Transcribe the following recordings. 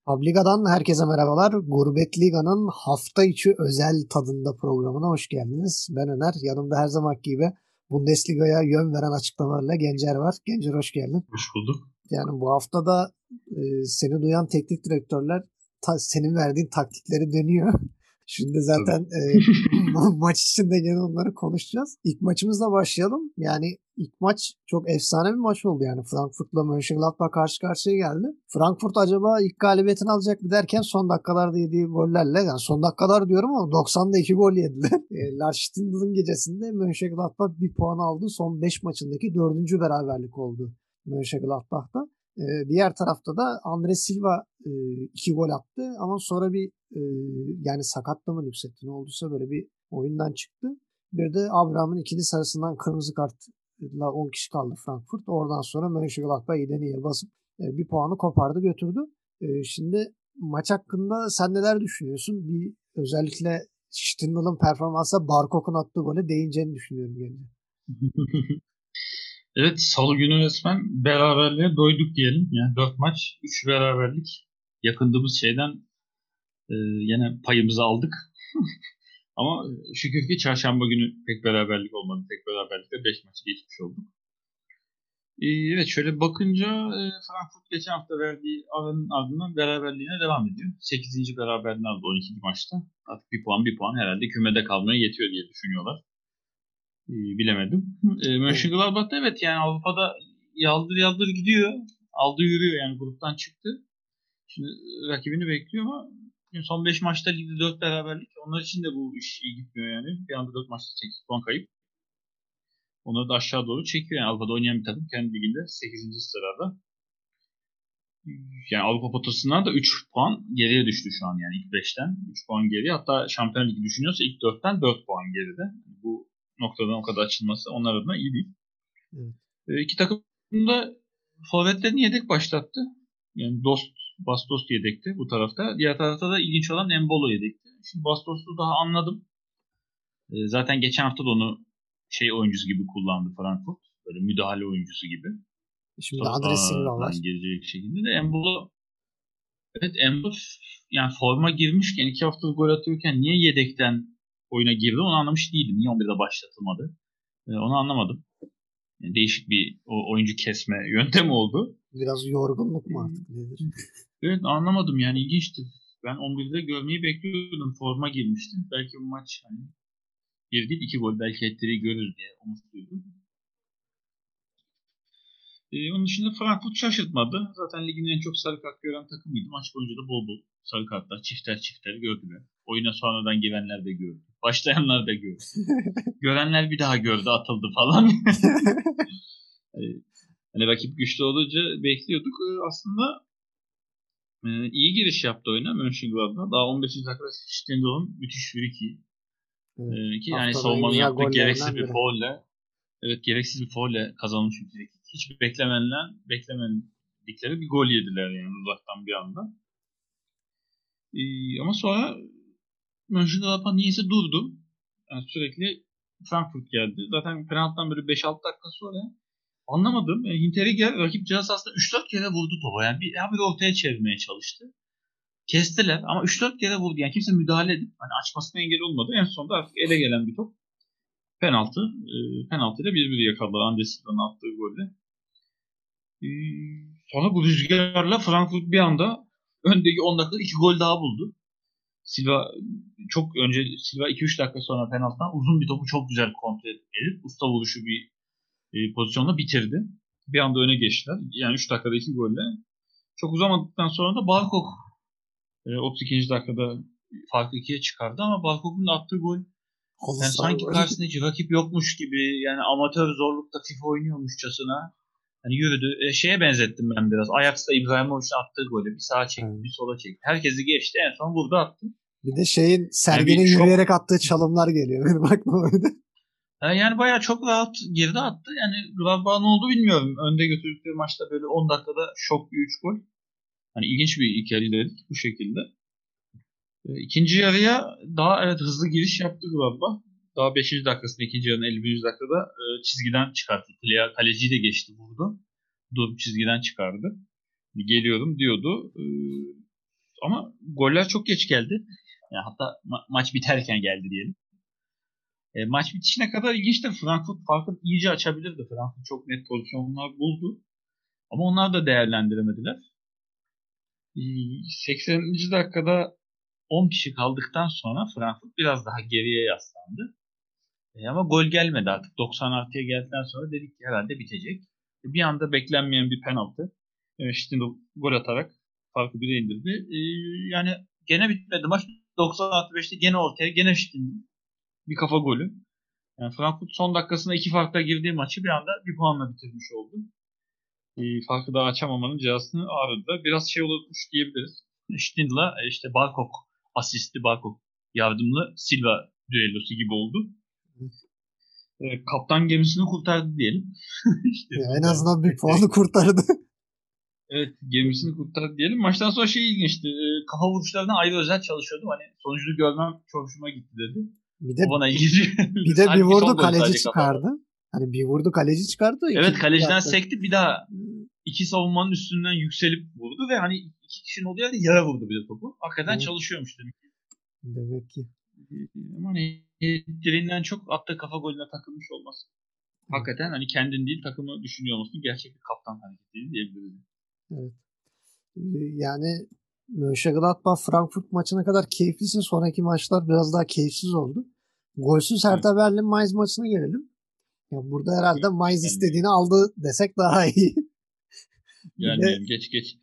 Publiga'dan herkese merhabalar. Gurbet Liga'nın hafta içi özel tadında programına hoş geldiniz. Ben Öner. Yanımda her zamanki gibi Bundesliga'ya yön veren açıklamalarla Gencer var. Gencer hoş geldin. Hoş bulduk. Yani bu haftada seni duyan teknik direktörler senin verdiğin taktikleri deniyor. Şimdi Tabii. zaten maç içinde gene onları konuşacağız. İlk maçımızla başlayalım. Yani ilk maç çok efsane bir maç oldu yani. Frankfurt'la Mönchengladbach karşı karşıya geldi. Frankfurt acaba ilk galibiyetini alacak mı derken son dakikalarda yediği gollerle, yani son dakikalar diyorum ama 90'da 2 gol yediler. Lars Stindl'ın gecesinde Mönchengladbach bir puan aldı. Son 5 maçındaki 4. beraberlik oldu Mönchengladbach'ta. Diğer tarafta da Andre Silva 2 gol attı ama sonra bir yani sakatla mı yükseltti ne olduysa böyle bir oyundan çıktı. Bir de Abraham'ın ikinci sarısından kırmızı kartla 10 kişi kaldı Frankfurt. Oradan sonra Mönchengladbach iyiden iyiye basıp bir puanı kopardı götürdü. Şimdi maç hakkında sen neler düşünüyorsun? Bir özellikle Stindl'ın performansa Barkok'un attığı gole değineceğini düşünüyorum gene. Evet, Salı günü resmen beraberliğe doyduk diyelim. Yani 4 maç, 3 beraberlik. Yakındığımız şeyden yine payımızı aldık. Ama şükür ki çarşamba günü pek beraberlik olmadı. Tek beraberlikte 5 maçı geçmiş olduk. Evet, şöyle bakınca Frankfurt geçen hafta verdiği aranın ardından beraberliğine devam ediyor. 8. beraberliğini aldı 12. maçta. Artık bir puan herhalde kümede kalmaya yetiyor diye düşünüyorlar. Bilemedim. Evet. Mönchengladbach da evet, yani Avrupa'da yaldır yaldır gidiyor. Aldı yürüyor, yani gruptan çıktı. Şimdi rakibini bekliyor ama son 5 maçta ligde 4 beraberlik. Onlar için de bu iş iyi gitmiyor yani. Bir anda 4 maçta 8 puan kayıp. Onları da aşağı doğru çekiyor. Yani Avrupa'da oynayan bir takım kendi liginde 8. sırada. Yani Avrupa potasından da 3 puan geriye düştü şu an, yani ilk 5'ten 3 puan geriye. Hatta Şampiyonlar Ligi düşünüyorsa ilk 4'ten 4 puan geride. Bu noktadan o kadar açılması onlar adına iyi değil. Evet. İki takım da forvetlerini yedek başlattı. Yani Bastos yedekti bu tarafta. Diğer tarafta da ilginç olan Embolo yedekti. Şimdi Bastos'u daha anladım. Zaten geçen hafta da onu şey oyuncusu gibi kullandı Frankfurt. Böyle müdahale oyuncusu gibi. Şimdi Andre Silva var. Sonradan gelecek şekilde de Embolo, evet, Embolo yani forma girmişken 2 haftalık gol atıyorken niye yedekten oyuna girdi onu anlamış değilim. Niye 11'de başlatılmadı? Onu anlamadım. Yani değişik bir oyuncu kesme yöntemi oldu. Biraz yorgunluk Ee, mu artık nedir? Evet, anlamadım, yani ilginçti. Ben 11'de görmeyi bekliyordum. Forma girmişti. Belki bu maç hani bir değil 2 gol belki ettiği görür diye umutluydum. Onun dışında Frankfurt şaşırtmadı. Zaten ligin en çok sarı kart gören takımıydı. Maç boyunca da bol bol sarı kartlar, çifter çifter gördüler. Oyuna sonradan girenler de gördü. Başlayanlar da gördü. Görenler bir daha gördü, atıldı falan. Ee, Hani rakip güçlü olunca bekliyorduk. Aslında iyi giriş yaptı oyuna Mönchengladbach. Daha 15. dakikada Stindl'ın müthiş bir iki. Evet. Ki yani Haftanın en savunmanın güzel yaptığı gereksiz gollerinden bir biri. faulle, evet, gereksiz bir faulle kazanmış bir frikik. Hiç beklemedikleri bir gol yediler yani uzaktan bir anda. Ama sonra Mönchengladbach niyeyse durdu. Yani sürekli Frankfurt geldi. Zaten penaltıdan böyle 5-6 dakika sonra anlamadım. Hinteregger rakip ceza sahasında 3-4 kere vurdu topa. Yani bir ortaya çevirmeye çalıştı. Kestiler ama 3-4 kere vurdu. Yani kimse müdahale edip hani açmasına engel olmadı. En sonunda artık ele gelen bir top. Penaltı. Penaltıyla 1-1 yakaladılar Andre Silva'nın attığı golle. E, Sonra bu rüzgarla Frankfurt bir anda öndeki 10 dakikada 2 gol daha buldu. Silva 2-3 dakika sonra penaltıdan uzun bir topu çok güzel kontrol edip usta vuruşu bir pozisyonla bitirdi. Bir anda öne geçtiler. Yani 3 dakikada 2 golle. Çok uzamadıktan sonra da Barkok 32. dakikada farkı ikiye çıkardı ama Barkok'un da attığı gol, Halı yani saha sanki gol. karşısında hiç rakip yokmuş gibi, yani amatör zorlukta FIFA oynuyormuşçasına hani yürüdü. Şeye benzettim ben biraz. Ajax'ta İbrahimovic'in attığı golü bir sağa çekti, Yani. bir sola çekti. Herkesi geçti. En son burada attı. Bir de şeyin Yani Sergen'in bir şok. yürüyerek attığı çalımlar geliyor benim aklıma öyle. Yani bayağı çok rahat girdi attı. Yani Gladbach ne oldu bilmiyorum. Önde götürdükleri maçta böyle 10 dakikada şok bir 3 gol. Hani ilginç bir ilk yarı dedik bu şekilde. İkinci yarıya daha evet hızlı giriş yaptı Gladbach. Daha 5. dakikasında ikinci yarının 51. dakikada çizgiden çıkarttı. Kaleciyi de geçti vurdu. Durup çizgiden çıkardı. Geliyorum diyordu. Ama goller çok geç geldi. Yani hatta maç biterken geldi diyelim. Maç bitişine kadar ilginçti. Frankfurt farkı iyice açabilirdi. Frankfurt çok net pozisyonlar buldu. Ama onlar da değerlendiremediler. 80. dakikada 10 kişi kaldıktan sonra Frankfurt biraz daha geriye yaslandı. Ama gol gelmedi artık. 90 artıya geldikten sonra dedik ki herhalde bitecek. Bir anda beklenmeyen bir penaltı. Şimdi gol atarak farkı 1'e indirdi. Yani gene bitmedi. Maç 90 artı 5'te gene ortaya gene şimdi bir kafa golü. Yani Frankfurt son dakikasında 2 farkla girdiği maçı bir anda bir puanla bitirmiş oldu. Farkı daha açamamanın cezasını ağrıdı. Biraz şey olmuş diyebiliriz. Stindl'la işte Barkok asisti, Barkok yardımlı Silva düellosu gibi oldu. Kaptan gemisini kurtardı diyelim. İşte En azından bir puanı kurtardı. evet, gemisini kurtardı diyelim. Maçtan sonra şey ilginçti. Kafa vuruşlarına ayrı özel çalışıyordum. Hani sonucunu görmem çok hoşuma gitti dedi. Bir de O bana ilginç. bir de bir Halbuki vurdu son golü kaleci sadece kafada. çıkardı. Hani bir vurdu kaleci çıkardı. Evet, İkinci kaleciden yaptı. sekti, bir daha iki savunmanın üstünden yükselip vurdu ve hani iki kişinin olduğu yerde yere vurdu bir de topu. Hakikaten Evet, çalışıyormuş demek ki. demek ki. Ama hani dilinden çok attığı kafa golüne takılmış olması. Hakikaten hani kendin değil takımı düşünüyor musun? Gerçek bir kaptan hareketi diyebiliriz. Evet. Yani Mönchengladbach Frankfurt maçına kadar keyifliyse sonraki maçlar biraz daha keyifsiz oldu. Golsüz Evet. Hertha Berlin Mainz maçına gelelim. Ya burada herhalde Mainz Gelmeyelim. istediğini aldı desek daha iyi. Bir de Gelmeyelim. Geç.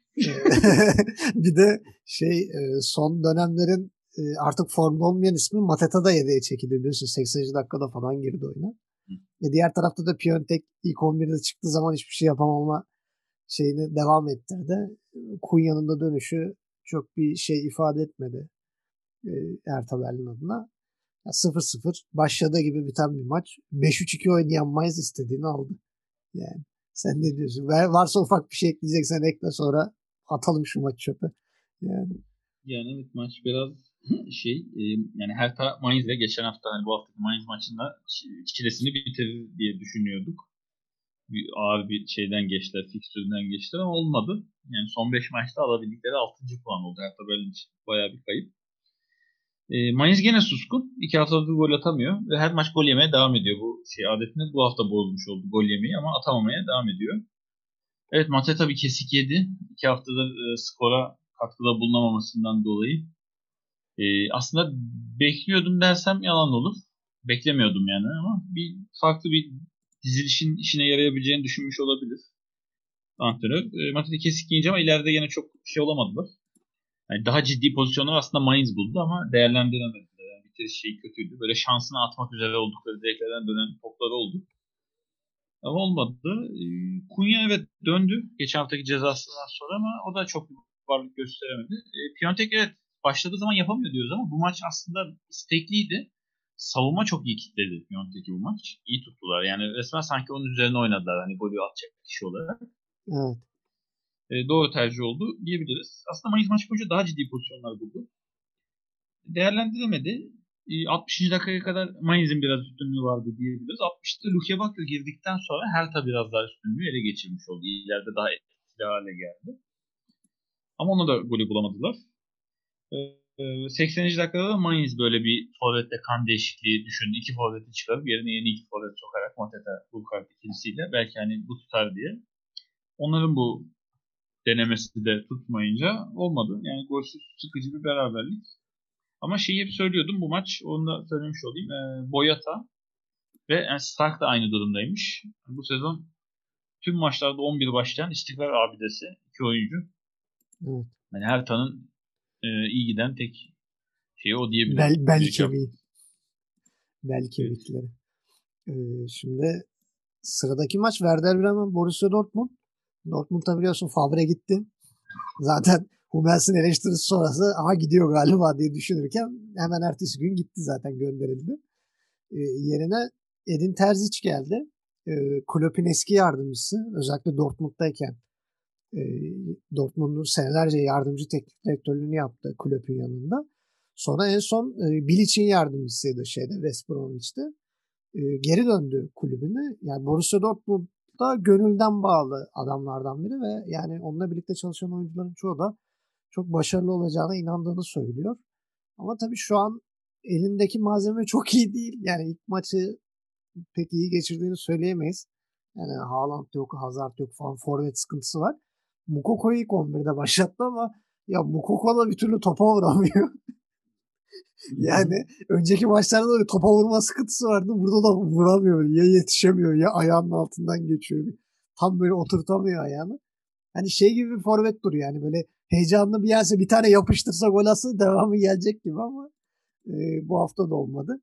bir de son dönemlerin artık formda olmayan ismi Mateta da yedeğe çekildi biliyorsun. 80. dakikada falan girdi oyuna. Diğer tarafta da Piontek ilk 11'de çıktığı zaman hiçbir şey yapamama şeyini devam ettirdi. Kunya'nın da dönüşü çok bir şey ifade etmedi Hertha Berlin adına. 0-0 başladığı gibi biten bir maç. 5-3-2 oynayan Mainz istediğini aldı. Yani sen ne diyorsun? Varsa ufak bir şey ekleyeceksen ekle, sonra atalım şu maç çöpe. Yani Yani evet, maç biraz yani Hertha Mainz'le geçen hafta hani bu haftaki Mainz maçında çilesini bitirir diye düşünüyorduk. Ağır bir şeyden geçtiler, fikstürden geçtiler ama olmadı. Yani son 5 maçta alabildikleri 6. puan oldu. Hertha Berlin için bayağı bir kayıp. Mainz gene suskun. 2 haftadır gol atamıyor ve her maç gol yemeye devam ediyor. Bu adetini bu hafta bozmuş oldu, gol yemeyi, ama atamamaya devam ediyor. Evet, Mateta bir kesik yedi. 2 haftadır skora katkıda bulunamamasından dolayı. Aslında bekliyordum dersem yalan olur. Beklemiyordum yani, ama farklı bir dizilişin işine yarayabileceğini düşünmüş olabilir antrenör. Mateta kesik yiyince ama ileride yine çok şey olamadılar. Yani daha ciddi pozisyonlar aslında Mainz buldu ama değerlendiremediler. Yani bitiriş şeyi kötüydü. Böyle şansını atmak üzere oldukları direklerden dönen toplar oldu. Ama olmadı. Kunya evet döndü geçen haftaki cezasından sonra ama o da çok varlık gösteremedi. Piontek evet başladığı zaman yapamıyor diyoruz ama bu maç aslında istekliydi. Savunma çok iyi kitledi Piontek'i bu maç. İyi tuttular. Yani resmen sanki onun üzerine oynadılar. Hani golü atacak kişi olarak. evet. Doğru tercih oldu diyebiliriz. Aslında Mayıs maçı boyunca daha ciddi pozisyonlar buldu. Değerlendiremedi. 60. dakikaya kadar Mainz'in biraz üstünlüğü vardı diyebiliriz. 60'ta Luke Bakio girdikten sonra Hertha biraz daha üstünlüğü ele geçirmiş oldu. İleride daha etkili hale geldi. Ama ona da golü bulamadılar. 80. dakikada da Mainz böyle bir forvetle kan değişikliği düşündü. 2 forveti çıkarıp yerine yeni 2 forvet sokarak Mateta Burkhardt ikilisiyle belki hani bu tutar diye. Onların bu denemesi de tutmayınca olmadı. Yani golsüz sıkıcı bir beraberlik. Ama şeyi hep söylüyordum bu maç, onu da söylemiş olayım. Boyata ve yani Stark da aynı durumdaymış. Bu sezon tüm maçlarda 11 başlayan istikrar abidesi iki oyuncu. Evet. Yani Hertha'nın iyi giden tek şeyi o diyebilirim. Bel Bir iki hafta. kemiği. Bel Evet. kemikleri. Şimdi sıradaki maç Werder Bremen Borussia Dortmund. Dortmund'a biliyorsun Favre gitti. Zaten Hummels'in eleştirisi sonrası aha gidiyor galiba diye düşünürken hemen ertesi gün gitti, zaten gönderildi. Yerine Edin Terzic geldi. Klopp'un eski yardımcısı. Özellikle Dortmund'dayken Dortmund'un senelerce yardımcı teknik direktörlüğünü yaptı Klopp'un yanında. Sonra en son Bilic'in yardımcısıydı West Bromwich'te. Geri döndü kulübüne. Yani Borussia Dortmund'da gönülden bağlı adamlardan biri ve yani onunla birlikte çalışan oyuncuların çoğu da çok başarılı olacağına inandığını söylüyor. Ama tabii şu an elindeki malzeme çok iyi değil. Yani ilk maçı pek iyi geçirdiğini söyleyemeyiz. Yani Haaland yok, Hazard yok falan, forvet sıkıntısı var. Moukokou'yu ilk 11'de başlattı ama ya Moukoko da bir türlü topa vuramıyor. Yani önceki maçlarda da topa vurma sıkıntısı vardı. Burada da vuramıyor. Ya yetişemiyor ya ayağının altından geçiyor. Tam böyle oturtamıyor ayağını. Hani şey gibi bir forvet duruyor yani böyle heyecanlı bir yerse bir tane yapıştırsa gol atsa devamı gelecek gibi ama bu hafta da olmadı.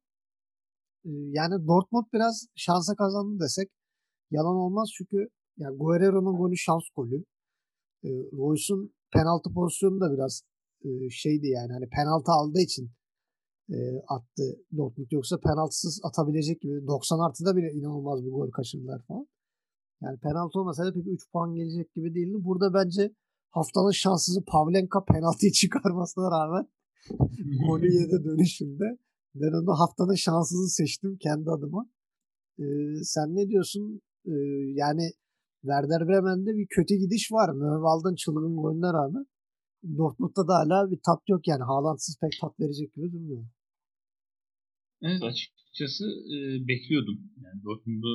Yani Dortmund biraz şansa kazandı desek yalan olmaz çünkü yani Guerrero'nun golü şans golü. Royce'un penaltı pozisyonu da biraz şeydi yani hani penaltı aldığı için attı Dortmund. Yoksa penaltısız atabilecek gibi 90 artıda bile inanılmaz bir gol kaçırdılar falan. Yani penaltı olmasaydı pek 3 puan gelecek gibi değildi. Burada bence haftanın şanssızı Pavlenka penaltıyı çıkarmasına rağmen golü yedi dönüşünde. Ben onu haftanın şanssızı seçtim kendi adıma. Sen ne diyorsun? Yani Werder Bremen'de bir kötü gidiş var. Möwald'ın çılgın golüne rağmen. Dortmund'da da hala bir tat yok yani. Haaland'sız pek tat verecek gibi durmuyor. Evet, açıkçası bekliyordum. Yani Dortmund'u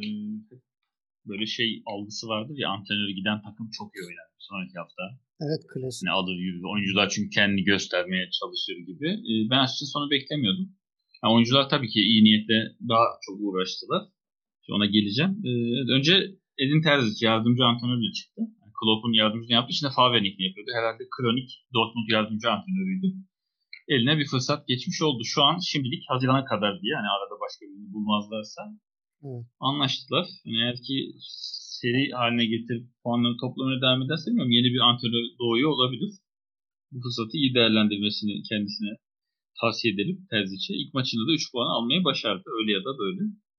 böyle şey algısı vardır ya, antrenörü giden takım çok iyi oynar sonraki hafta. Evet, klasik. Yani alır yürür. Oyuncular çünkü kendini göstermeye çalışır gibi. Ben açıkçası onu beklemiyordum. Yani oyuncular tabii ki iyi niyetle daha çok uğraştılar. Şimdi ona geleceğim. Önce Edin Terzic yardımcı antrenörle çıktı. Yani Klopp'un yardımcısını yaptı. Şimdi Favrenik'ini yapıyordu. Herhalde kronik Dortmund yardımcı antrenörüydü. Eline bir fırsat geçmiş oldu. Şu an şimdilik Haziran'a kadar diye, hani arada başka birini bulmazlarsa Evet. anlaştılar. Yani eğer ki seri haline getirip puanları toplamaya devam ederse bilmiyorum, yeni bir antrenör doğuyor olabilir. Bu fırsatı iyi değerlendirmesini kendisine tavsiye edelim Terzic'e. İlk maçında da 3 puan almayı başardı. Öyle ya da böyle.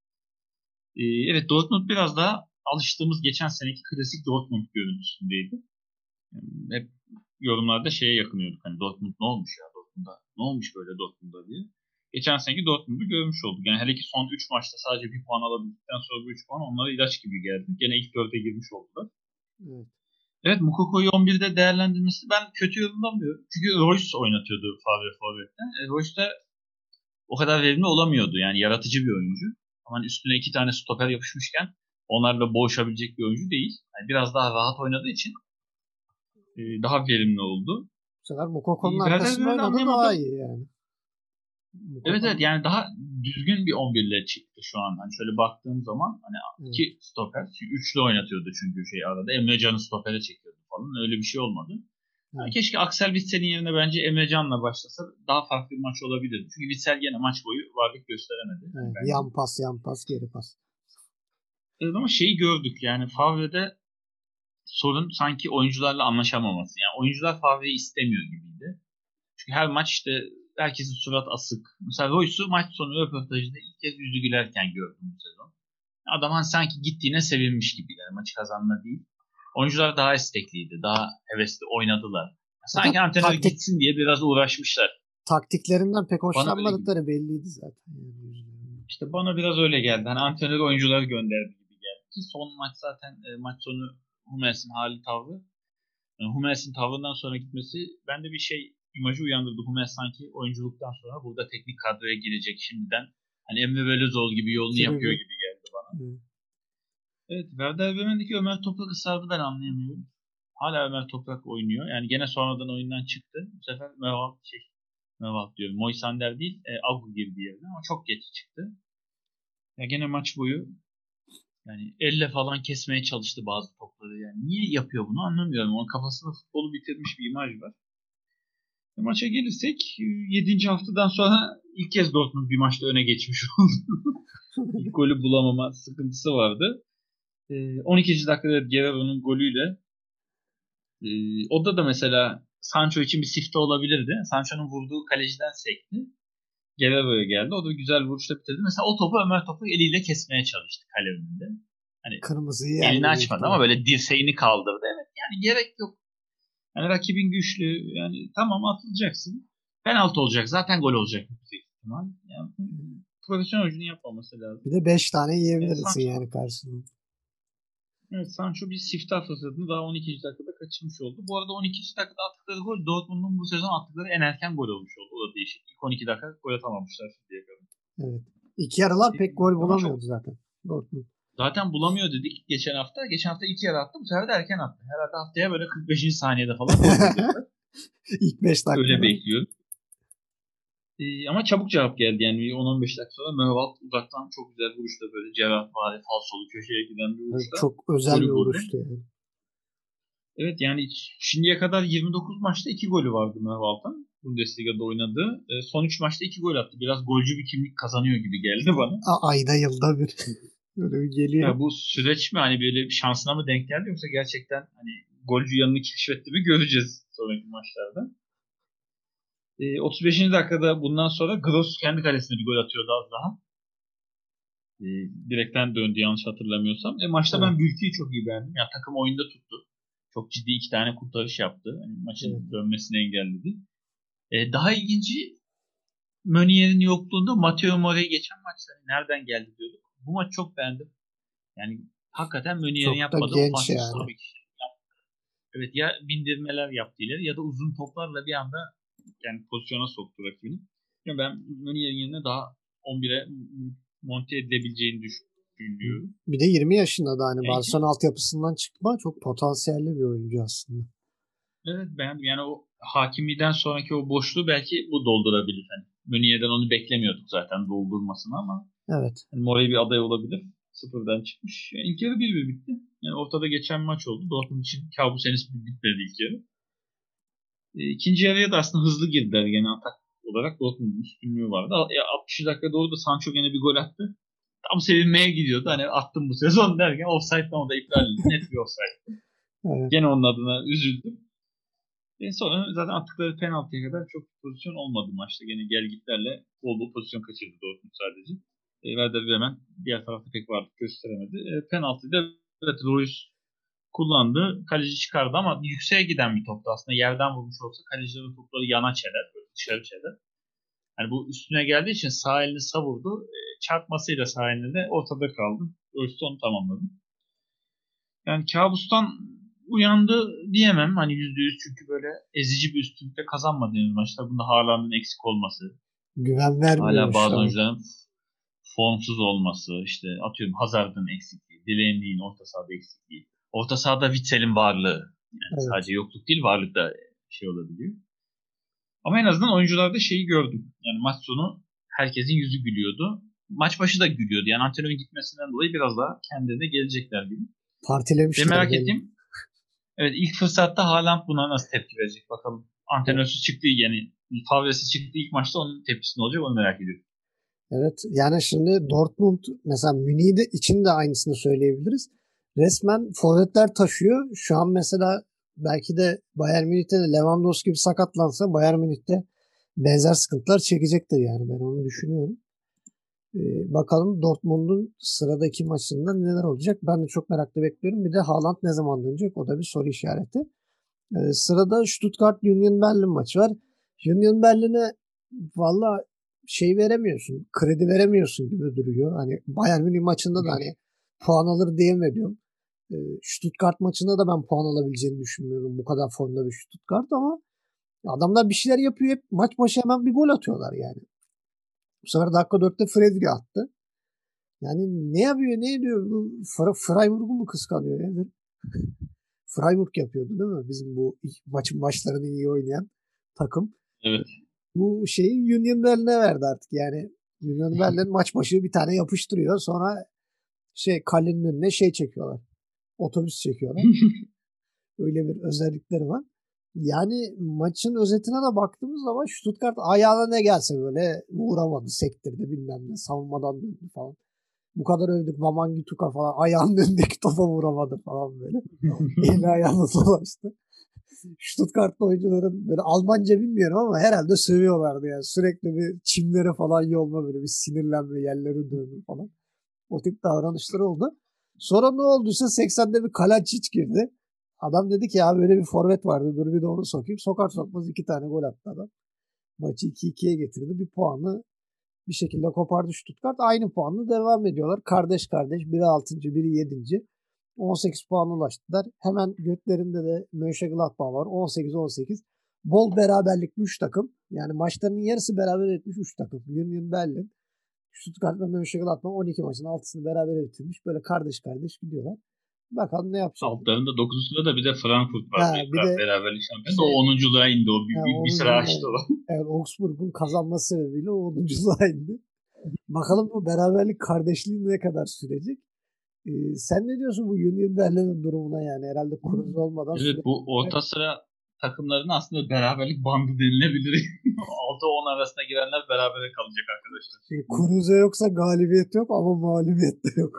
Evet, Dortmund biraz daha alıştığımız geçen seneki klasik Dortmund görüntüsündeydi. Yani hep yorumlarda şeye yakınıyorduk. Hani Dortmund ne olmuş ya Dortmund'a? Ne olmuş böyle Dortmund'a diye. Geçen seneki Dortmund'u görmüş olduk. Yani hele ki son 3 maçta sadece bir puan alabildikten sonra bu 3 puan onlara ilaç gibi geldi. Gene ilk 4'e girmiş oldular. Evet. Evet, Moukokou'yu 11'de değerlendirmesi ben kötü yorumlamıyorum. Çünkü Royce oynatıyordu Favre forvette. Royce de o kadar verimli olamıyordu. Yani yaratıcı bir oyuncu. Ama hani üstüne 2 tane stoper yapışmışken onlarla boğuşabilecek bir oyuncu değil. Yani biraz daha rahat oynadığı için daha verimli oldu. Bu sefer Moukokou'nun Werder arkasında Bremen'i oynadı daha anlayamadım. iyi yani. Evet, Moukokou'nun yani daha düzgün bir 11 ile çıktı şu an. Hani şöyle baktığım zaman hani evet. iki stoper, üçlü oynatıyordu çünkü şey arada. Emre Can'ı stopere çekiyordu falan. Öyle bir şey olmadı. Yani Evet. keşke Axel Witsel'in yerine bence Emre Can'la başlasa daha farklı bir maç olabilirdi. Çünkü Witsel gene maç boyu varlık gösteremedi Evet. bence. Yan pas, geri pas. Evet, ama şeyi gördük yani Favre'de sorun sanki oyuncularla anlaşamaması. Yani oyuncular Favre'yi istemiyor gibiydi. Çünkü her maç işte herkesin surat asık. Mesela Royce'u maç sonu röportajında ilk kez yüzü gülerken gördüm bu sezon. Adam hani sanki gittiğine sevinmiş gibi, yani maçı kazanma değil. Oyuncular daha istekliydi, daha hevesli oynadılar. Sanki Zaten antrenör gitsin diye biraz uğraşmışlar. taktiklerinden pek Bana öyle gibi. hoşlanmadıkları belliydi zaten. Yani. İşte bana biraz öyle geldi. Hani antrenör oyuncuları gönderdi gibi geldi. Ki son maç zaten maç sonu Hummels'in hali tavrı. Yani Hummels'in tavrından sonra gitmesi bende bir şey imajı uyandırdı. Hummels sanki oyunculuktan sonra burada teknik kadroya girecek şimdiden. Hani Emre Belözoğlu gibi yolunu yapıyor Tribü. gibi geldi bana. Evet. Evet, Werder Bremen'deki Ömer Toprak ısrardı, ben anlayamıyorum. Hala Ömer Toprak oynuyor. Yani gene sonradan oyundan çıktı. Bu sefer Mevalt diyorum. Moisander değil, Agu girdi yerine ama çok geç çıktı. Ya gene maç boyu yani elle falan kesmeye çalıştı bazı topları. Yani niye yapıyor bunu anlamıyorum. Onun kafasında futbolu bitirmiş bir imaj var. Maça gelirsek 7. haftadan sonra ilk kez Dortmund bir maçta öne geçmiş oldu. İlk golü bulamama sıkıntısı vardı. 12. dakikada Guerrero'nun golüyle da mesela Sancho için bir sifte olabilirdi. Sancho'nun vurduğu kaleciden sekti. Guerrero'ya geldi. O da güzel vuruşla bitirdi. Mesela o topu Ömer Toprak eliyle kesmeye çalıştı kale önünde. Hani Kırmızıyı elini yerdi büyük açmadı ama ihtimal. böyle dirseğini kaldırdı. Evet, yani gerek yok. Yani rakibin güçlü. Yani tamam, atılacaksın. Penaltı olacak. Zaten gol olacak yüksek ihtimal. Yani profesyonel oyuncunun yapmaması lazım. Bir de 5 tane Yani yiyebilirsin Sancho yani karşılığında. Evet, Sancho bir siftah fırsatını daha 12. dakikada kaçırmış oldu. Bu arada 12. dakikada attıkları gol Dortmund'un bu sezon attıkları en erken gol olmuş oldu. O da değişik. İlk 12 dakika gol atamamışlar şimdiye kadar. Evet. İki yarılar pek gol Ama çok bulamıyordu zaten. Dortmund. zaten bulamıyor dedik geçen hafta. Geçen hafta 2 yarı attı. Bu sefer de erken attı. Herhalde haftaya böyle 45. saniyede falan gol bulacaklar. İlk 5 Öyle dakikada. bekliyorum. Ama çabuk cevap geldi. Yani 10-15 dakika sonra Möhvat uzaktan çok güzel vuruşta böyle Cerrahvari falsolu köşeye giden bir Evet, vuruşta çok özel bir golü buldu. vuruştu yani. Evet, yani şimdiye kadar 29 maçta 2 golü vardı Möhvat'ın. Bundesliga'da oynadığı. Son 3 maçta 2 gol attı. Biraz golcü bir kimlik kazanıyor gibi geldi bana. Ayda yılda bir. Öyle bir geliyor. Ya bu süreç mi, hani böyle bir şansına mı denk geldi, yoksa gerçekten hani golcü yanını keşfetti mi göreceğiz sonraki maçlarda. 35. dakikada bundan sonra Gross kendi kalesine bir gol atıyordu az daha. Direkten döndü yanlış hatırlamıyorsam. Maçta Evet. ben Bülki'yi çok iyi beğendim. Yani takım oyunda tuttu. Çok ciddi 2 tane kurtarış yaptı. Yani maçın Evet. dönmesini engelledi. Daha ilginci, Mönier'in yokluğunda Matteo Morey geçen maçta nereden geldi diyorduk. Bu maç çok beğendim. Yani hakikaten Mönier'in Çok da yapmadığı genç ofansif yani. sol bek. Evet, ya bindirmeler yaptı ileri ya da uzun toplarla bir anda yani pozisyona soktu rakibini. Yani ben Mönier'in yerine daha 11'e monte edilebileceğini düşünüyorum. Bir de 20 yaşında da hani Yani Barcelona altyapısından çıkma çok potansiyelli bir oyuncu aslında. evet, beğendim. Yani o Hakimi'den sonraki o boşluğu belki bu doldurabilir. Hani Mönier'den onu beklemiyorduk zaten doldurmasını, ama Evet. yani Morey bir aday olabilir. Sıfırdan çıkmış. Yani ilk yarı 1-1 bitti. Yani ortada geçen maç oldu. Dortmund için kabus henüz bitmedi ilk yarı. İkinci yarıya da aslında hızlı girdiler gene atak olarak. Dortmund'un üstünlüğü vardı. 60. dakika doğru da Sancho gene bir gol attı. Tam sevinmeye gidiyordu. Hani attım bu sezon derken offside'dan o da iptal edildi. Net bir offside. Evet. Gene onun adına üzüldüm. Sonra zaten attıkları penaltıya kadar çok pozisyon olmadı maçta. Gene gelgitlerle bol bol pozisyon kaçırdı Dortmund sadece. Werder Bremen diğer tarafta pek varlık gösteremedi. Penaltıyı da evet, Reus kullandı. Kaleci çıkardı ama yükseğe giden bir toptu aslında. Yerden vurmuş olsa kalecilerin topları yana çeler, böyle dışarı çeler. Yani bu üstüne geldiği için sağ elini savurdu. Çarpmasıyla sağ elini de ortada kaldı. Reus onu tamamladı. Yani kabustan uyandı diyemem hani %100, çünkü böyle ezici bir üstünlükle kazanmadığımız maçta bunda Haaland'ın eksik olması, Güven vermiyor hala şu bazı an. oyuncuların formsuz olması, işte atıyorum Hazard'ın eksikliği, Delaney'in orta sahada eksikliği, orta sahada Witsel'in varlığı, yani Evet. sadece yokluk değil varlık da şey olabiliyor. Ama en azından oyuncularda şeyi gördüm. Yani maç sonu herkesin yüzü gülüyordu. Maç başı da gülüyordu. Yani antrenörün gitmesinden dolayı biraz daha kendilerine gelecekler gibi. Ve Partilemişler merak belli. ettiğim, evet, ilk fırsatta Haaland buna nasıl tepki verecek bakalım. Antrenörsüz çıktığı, yani Favresiz çıktığı ilk maçta onun tepkisi ne olacak, onu merak ediyorum. Evet. Yani şimdi Dortmund mesela Münih'de için de aynısını söyleyebiliriz. Resmen forvetler taşıyor. Şu an mesela belki de Bayern Münih'te de Lewandowski gibi sakatlansa Bayern Münih'te benzer sıkıntılar çekecektir yani ben onu düşünüyorum. Bakalım Dortmund'un sıradaki maçında neler olacak? Ben de çok merakla bekliyorum. Bir de Haaland ne zaman dönecek? O da bir soru işareti. Sırada Stuttgart Union Berlin maçı var. Union Berlin'e valla şey veremiyorsun. Kredi veremiyorsun gibi duruyor. Hani Bayern Münih maçında da hani puan alır diyemiyorum. Stuttgart maçında da ben puan alabileceğini düşünmüyorum. Bu kadar formda bir Stuttgart ama adamlar bir şeyler yapıyor. Hep maç başı hemen bir gol atıyorlar yani. Bu sefer dakika 4'te Fredri attı. Yani ne yapıyor ne ediyor? Bu Freiburg'u mu kıskanıyor? Nedir? Freiburg yapıyordu değil mi? Bizim bu maçın başlarını iyi oynayan takım. Evet. Bu şeyi Union Berlin'e verdi artık. Yani Union Berlin maç başı bir tane yapıştırıyor. Sonra kalenin önüne çekiyorlar. Otobüs çekiyorlar. Öyle bir özellikleri var. Yani maçın özetine de baktığımız zaman Stuttgart ayağına ne gelse böyle vuramadı, sektirdi bilmem ne, savunmadan döndü falan. Bu kadar övdük Wamangituka falan ayağının önündeki topa vuramadı falan böyle. Eli ayağına dolaştı. Stuttgart'ta oyuncuların böyle Almanca bilmiyorum ama herhalde sövüyorlardı yani. Sürekli bir çimlere falan yolma böyle bir sinirlenme, yerleri dövme falan. O tip davranışları oldu. Sonra ne olduysa 80'de bir Kalacic girdi. Adam dedi ki ya böyle bir forvet vardı dur bir de onu sokayım. Sokar sokmaz 2 tane gol attı adam. Maçı 2-2'ye getirdi. Bir puanı bir şekilde kopardı Stuttgart. Aynı puanla devam ediyorlar. Kardeş kardeş biri 6. biri 7. 18 puana ulaştılar. Hemen götlerinde de Mönchengladbach var. 18-18. Bol beraberlikli 3 takım. Yani maçlarının yarısı beraber etmiş 3 takım. Union Berlin, Stuttgart ve Mönchengladbach 12 maçın 6'sını beraber bitirmiş. Böyle kardeş kardeş gidiyorlar. Bakalım ne yapacak. Altlarında 9'usunda da bir de Frankfurt var. Bir de beraberlik şampiyonu. O 10'unculuğa indi. O bir sıra açtı o. Evet, Augsburg'un kazanması sebebiyle o 10'unculuğa indi. Bakalım bu beraberlik kardeşliği ne kadar sürecek? Sen ne diyorsun bu Union Berlin'in durumuna yani? Herhalde Kruse olmadan. Evet, bu orta sıra takımların aslında beraberlik bandı denilebilir. 6-10 arasına girenler berabere kalacak arkadaşlar. Kruse yoksa galibiyet yok ama mağlubiyet de yok.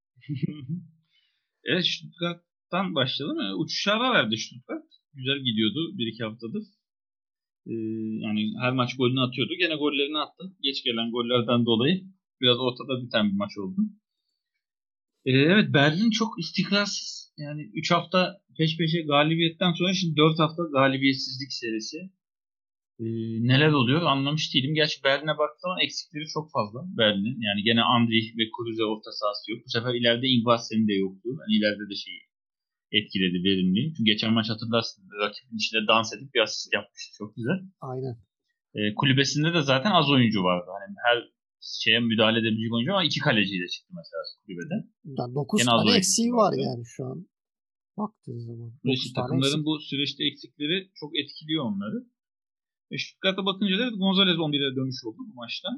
Evet, Stuttgart'tan başlayalım. Uçuşa verdi Stuttgart. Güzel gidiyordu 1-2 haftadır. Yani her maç golünü atıyordu. Gene gollerini attı. Geç gelen gollerden dolayı biraz ortada biten bir maç oldu. Evet, Berlin çok istikrarsız. Yani 3 hafta peş peşe galibiyetten sonra şimdi 4 hafta galibiyetsizlik serisi. Neler oluyor anlamış değilim. Gerçi Berlin'e baktığım zaman eksikleri çok fazla Berlin'in. Yani gene Andrich ve Kruse orta sahası yok. Bu sefer ileride Ingvarsen'in de yoktu. Yani ileride de etkiledi verimli. Çünkü geçen maç hatırlarsın rakibin içinde dans edip bir asist yapmıştı. Çok güzel. Aynen. Kulübesinde de zaten az oyuncu vardı. Hani her şeye müdahale edebilecek oyuncu ama 2 kaleciyle çıktı mesela kulübede. 9 tane eksiği var yani şu an. Baktığı zaman. Takımların bu süreçte eksikleri çok etkiliyor onları. Stuttgart'a bakınca da Gonzalez 11'e dönmüş oldu bu maçta.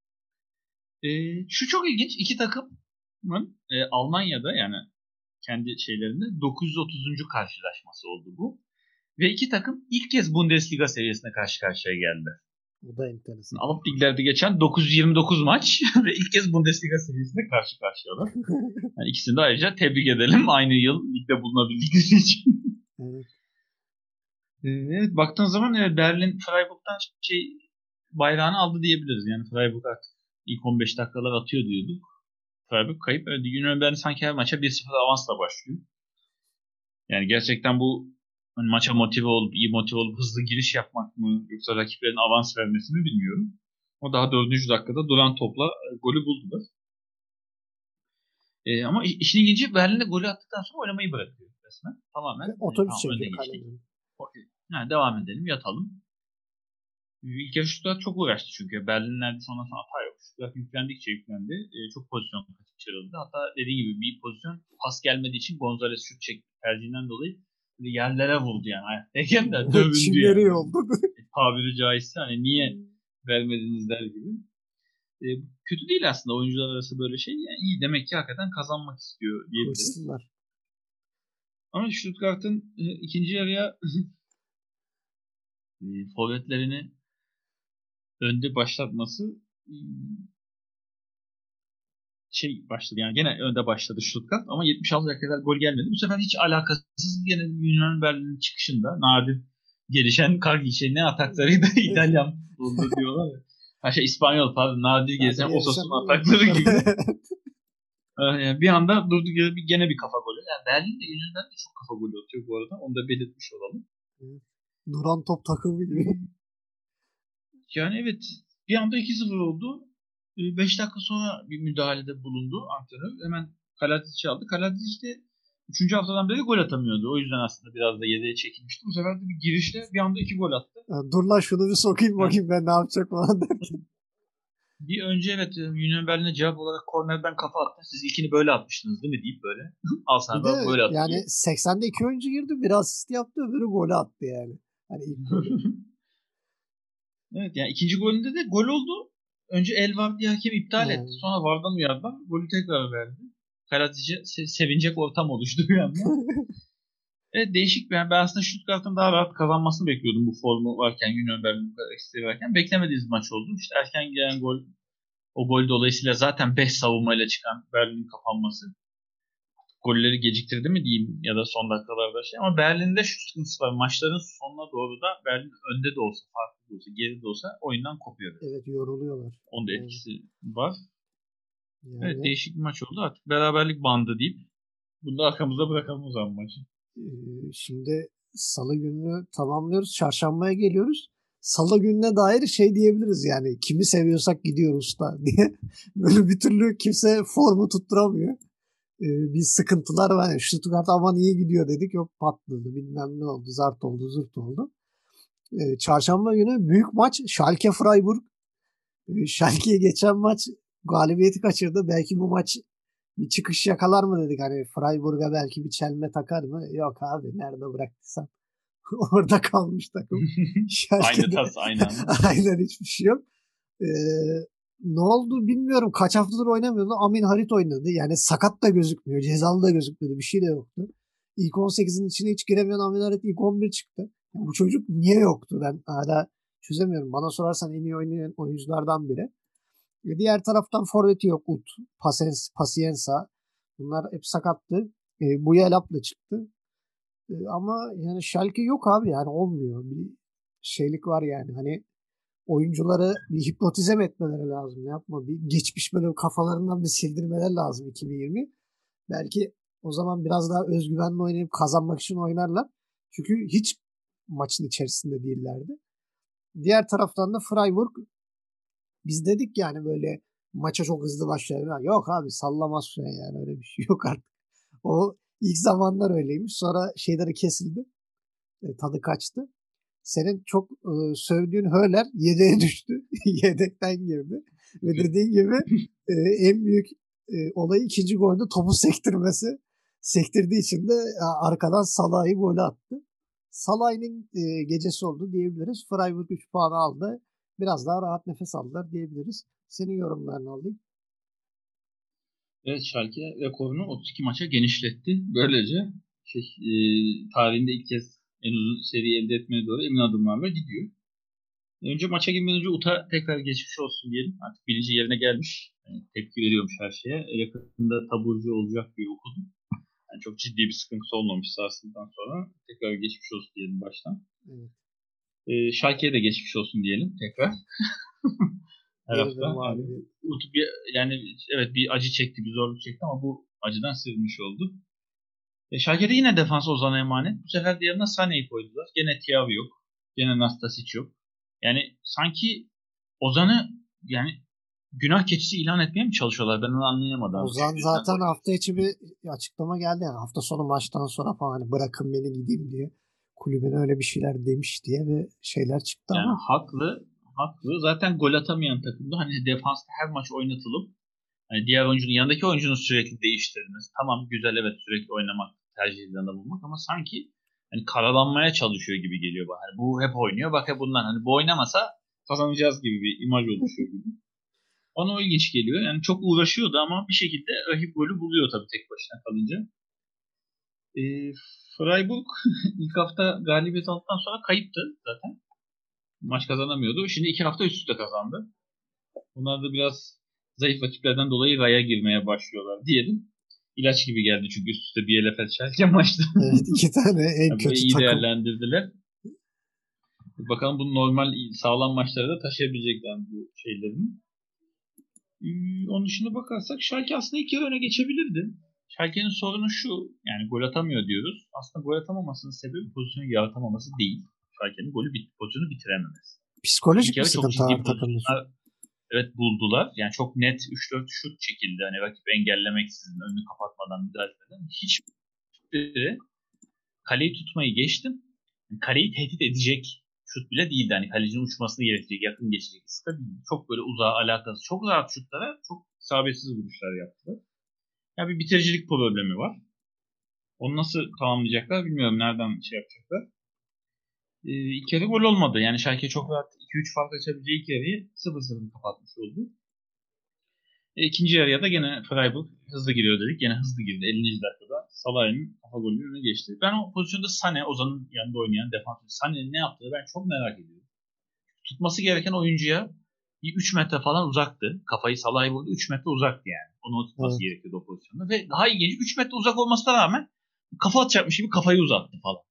Şu çok ilginç. İki takımın Almanya'da yani kendi şeylerinde 930. karşılaşması oldu bu. Ve iki takım ilk kez Bundesliga seviyesine karşı karşıya geldi. Bu da enteresan. Alt liglerde geçen 929 maç ve ilk kez Bundesliga seviyesine karşı karşıyalar. Yani ikisini de ayrıca tebrik edelim. Aynı yıl ligde bulunabildikleri için. Evet. Evet, baktığın zaman Berlin Freiburg'dan bayrağını aldı diyebiliriz. Yani Freiburg artık ilk 15 dakikalar atıyor diyorduk. Freiburg kayıp. Union Berlin sanki her maça 1-0 avansla başlıyor. Yani gerçekten bu hani maça iyi motive olup hızlı giriş yapmak mı yoksa rakiplerin avans vermesi mi bilmiyorum. O daha 4. dakikada duran topla golü buldular. Ama işin ilginci Berlin'de golü attıktan sonra oynamayı bırakıyor resmen. Tamamen otobüs önde geçtik. Okay. Yani devam edelim, yatalım. İlk yarı Stuttgart çok uğraştı çünkü. Berlin neredeyse ondan sonra hata yok. Stuttgart yüklendikçe yüklendi. Çok pozisyon kaçırıldı. Hatta dediğim gibi bir pozisyon pas gelmediği için Gonzalez şut çekti tercihinden dolayı yerlere vurdu yani. Ayaktayken de dövüldü yani. Oldu. Tabiri caizse hani niye vermediniz der gibi. Kötü değil aslında oyuncular arası böyle şey. Yani iyi demek ki hakikaten kazanmak istiyor diyebiliriz. Hırsızlar. Ama Stuttgart'ın ikinci yarıya forvetlerini önde başlatması başladı yani gene önde başladı Stuttgart ama 76 dakikada gol gelmedi. Bu sefer hiç alakasız gene Union Berlin'in çıkışında nadir gelişen ne ataklarıydı İtalyan futbolda diyorlar ya. İspanyol pardon nadir gelişen Osasuna atakları gibi. Yani bir anda durduk yere gene bir kafa golü. Yani Berlin de Union Berlin de çok kafa golü atıyor bu arada. Onu da belirtmiş olalım. Duran top takımı gibi. Yani evet bir anda 2-0 oldu. 5 dakika sonra bir müdahalede bulundu antrenör. Hemen Kaladic'i aldı. Kaladic de 3. haftadan beri gol atamıyordu. O yüzden aslında biraz da yedeğe çekilmişti. Bu sefer de bir girişte bir anda 2 gol attı. Dur lan şunu bir sokayım bakayım ben ne yapacak falan derken. Bir önce evet Union Berlin'e cevap olarak kornerden kafa attı. Siz ilkini böyle atmıştınız değil mi deyip böyle. Al sana da böyle attı. Yani 80'de 2 oyuncu girdi. Bir asist yaptı öbürü golü attı yani. Hani ilk golü. Evet yani ikinci golünde de gol oldu. Önce el var diye hakem iptal etti. Sonra VAR'dan uyardılar. Golü tekrar verdi. Karadic'e sevinecek ortam oluştu bir anda. Evet değişik bir. Ben aslında Stuttgart'ın daha rahat kazanmasını bekliyordum bu formu varken. Union Berlin eksiği varken. Beklemediğimiz maç oldu. İşte erken gelen gol o gol dolayısıyla zaten 5 savunmayla çıkan Berlin'in kapanması golleri geciktirdi mi diyeyim ya da son dakikalarda ama Berlin'de şu sıkıntısı var. Maçların sonuna doğru da Berlin önde de olsa, farklı da olsa, geri de olsa oyundan kopuyor. Evet yoruluyorlar. Onun da etkisi var. Yani... Evet değişik bir maç oldu. Artık beraberlik bandı deyip bunu da arkamıza bırakalım o zaman maçı. Şimdi Salı gününü tamamlıyoruz. Çarşambaya geliyoruz. Salı gününe dair diyebiliriz yani. Kimi seviyorsak gidiyoruz da diye. Böyle bir türlü kimse formu tutturamıyor. bir sıkıntılar var. Yani Stuttgart aman iyi gidiyor dedik. Yok patladı. Bilmem ne oldu. Zart oldu. Zurt oldu. Çarşamba günü büyük maç. Schalke Freiburg. Schalke'ye geçen maç galibiyeti kaçırdı. Belki bu maç bir çıkış yakalar mı dedik. Hani Freiburg'a belki bir çelme takar mı? Yok abi nerede bıraktıysan orada kalmış takım. Aynı Schalke'de tas aynı anda. aynen hiçbir şey yok. Ee, ne oldu bilmiyorum. Kaç haftadır oynamıyordu. Amin Harit oynadı. Yani sakat da gözükmüyor. Cezalı da gözükmüyordu. Bir şey de yoktu. İlk 18'in içine hiç giremeyen Amin Harit ilk 11 çıktı. Yani bu çocuk niye yoktu? Ben hala çözemiyorum. Bana sorarsan en iyi oynayan oyunculardan biri. Diğer taraftan forveti yok. Ut, Pacienza. Bunlar hep sakattı. Bu Yelap'la çıktı. Ama yani Schalke yok abi yani olmuyor. Bir şeylik var yani. Hani oyuncuları bir hipnotize mi etmeleri lazım? Ne yapma? Bir geçmiş böyle kafalarından bir sildirmeler lazım 2020. Belki o zaman biraz daha özgüvenli oynayıp kazanmak için oynarlar. Çünkü hiç maçın içerisinde değillerdi. Diğer taraftan da Freiburg biz dedik yani böyle maça çok hızlı başlıyor. Yok abi sallamaz şu an yani öyle bir şey yok artık. O ilk zamanlar öyleymiş. Sonra şeyleri kesildi. Tadı kaçtı. Senin çok sövdüğün Höler yedeğe düştü. Yedekten girdi. Ve dediğin gibi e, en büyük olayı ikinci golde topu sektirmesi. Sektirdiği için de arkadan Salah'ı gol attı. Salah'ın gecesi oldu diyebiliriz. Freiburg 3 puanı aldı. Biraz daha rahat nefes aldılar diyebiliriz. Senin yorumlarını alayım. Evet, Schalke rekorunu 32 maça genişletti. Böylece tarihinde ilk kez en uzun seri elde etmeye doğru emin adımlarla gidiyor. Önce maça girmeden önce Uta tekrar geçmiş olsun diyelim. Artık bilinci yerine gelmiş. Yani tepki veriyormuş her şeye. Yakında taburcu olacak diye okudum. Yani çok ciddi bir sıkıntısı olmamış sarsıldıktan sonra. Tekrar geçmiş olsun diyelim baştan. Evet. Schalke'ye de geçmiş olsun diyelim tekrar. Her Diyebilirim hafta. Yani, abi. yani evet bir acı çekti, bir zorluk çekti ama bu acıdan sıyrılmış oldu. Schalke'de yine defans Ozan'a emanet. Bu sefer de yanına Sané'yi koydular. Gene Thiago yok. Gene Nastasic yok. Yani sanki Ozan'ı yani günah keçisi ilan etmeye mi çalışıyorlar? Ben onu anlayamadım. Ozan Küçük yüzden zaten gol yok. hafta içi bir açıklama geldi yani hafta sonu maçtan sonra falan hani bırakın beni gideyim diye kulübüne öyle bir şeyler demiş diye ve şeyler çıktı Yani ama haklı. Zaten gol atamayan takımda hani defansta her maç oynatılıp hani diğer oyuncunun yanındaki oyuncunun sürekli değiştirilmesi. Tamam güzel evet sürekli oynamak tercih edilen bulmak ama sanki hani karalanmaya çalışıyor gibi geliyor bana. Hani bu hep oynuyor bak hep bundan. Hani bu oynamasa kazanacağız gibi bir imaj oluşuyor gibi. Ona o ilginç geliyor. Yani çok uğraşıyordu ama bir şekilde rakip golü buluyor tabii tek başına kalınca. E, Freiburg ilk hafta galibiyet aldıktan sonra kayıptı zaten. Maç kazanamıyordu. Şimdi 2 hafta üst üste kazandı. Bunlar da biraz zayıf rakiplerden dolayı raya girmeye başlıyorlar diyelim. İlaç gibi geldi çünkü üst üste bir Bielefeld Schalke maçtı. evet iki tane en Yani böyle kötü iyi takım. değerlendirdiler. Bakalım bu normal sağlam maçlara da taşıyabilecekler bu şeylerini. Onun dışında bakarsak Schalke aslında ilk yarı öne geçebilirdi. Schalke'nin sorunu şu, yani gol atamıyor diyoruz. Aslında gol atamamasının sebebi pozisyonu yaratamaması değil. Schalke'nin pozisyonu bitirememesi. İlk Psikolojik bir yarı çok sıkıntı ciddi abi takım için. pozisyonlar evet buldular. Yani çok net 3-4 şut çekildi. Hani rakip engellemeksizin, önünü kapatmadan, müdahale etmeden. Hiçbiri kaleyi tutmayı geçtim. Yani kaleyi tehdit edecek şut bile değildi. Hani kalecinin uçmasını gerektirecek, yakın geçecek iska değil. Çok böyle uzağa alakası. Çok rahat şutlara çok isabetsiz vuruşlar yaptılar. Ya bir bitiricilik problemi var. Onu nasıl tamamlayacaklar bilmiyorum. Nereden şey yapacaklar. İlk yarı gol olmadı. Yani Schalke çok rahat 2-3 fark açabileceği ilk yarıyı 0-0 kapatmış oldu. İkinci yarıya da gene Freiburg hızlı giriyor dedik. Gene hızlı girdi. 50. dakikada Salah'ın kafa golünün önüne geçti. Ben o pozisyonda Sané, Ozan'ın yanında oynayan defansif Sané'nin ne yaptığını ben çok merak ediyorum. Tutması gereken oyuncuya bir 3 metre falan uzaktı. Kafayı Salah'ı vurdu. 3 metre uzaktı yani. Onu tutması Evet. gerekiyordu o pozisyonda. Ve daha ilginç 3 metre uzak olmasına rağmen kafa atacakmış gibi kafayı uzattı falan.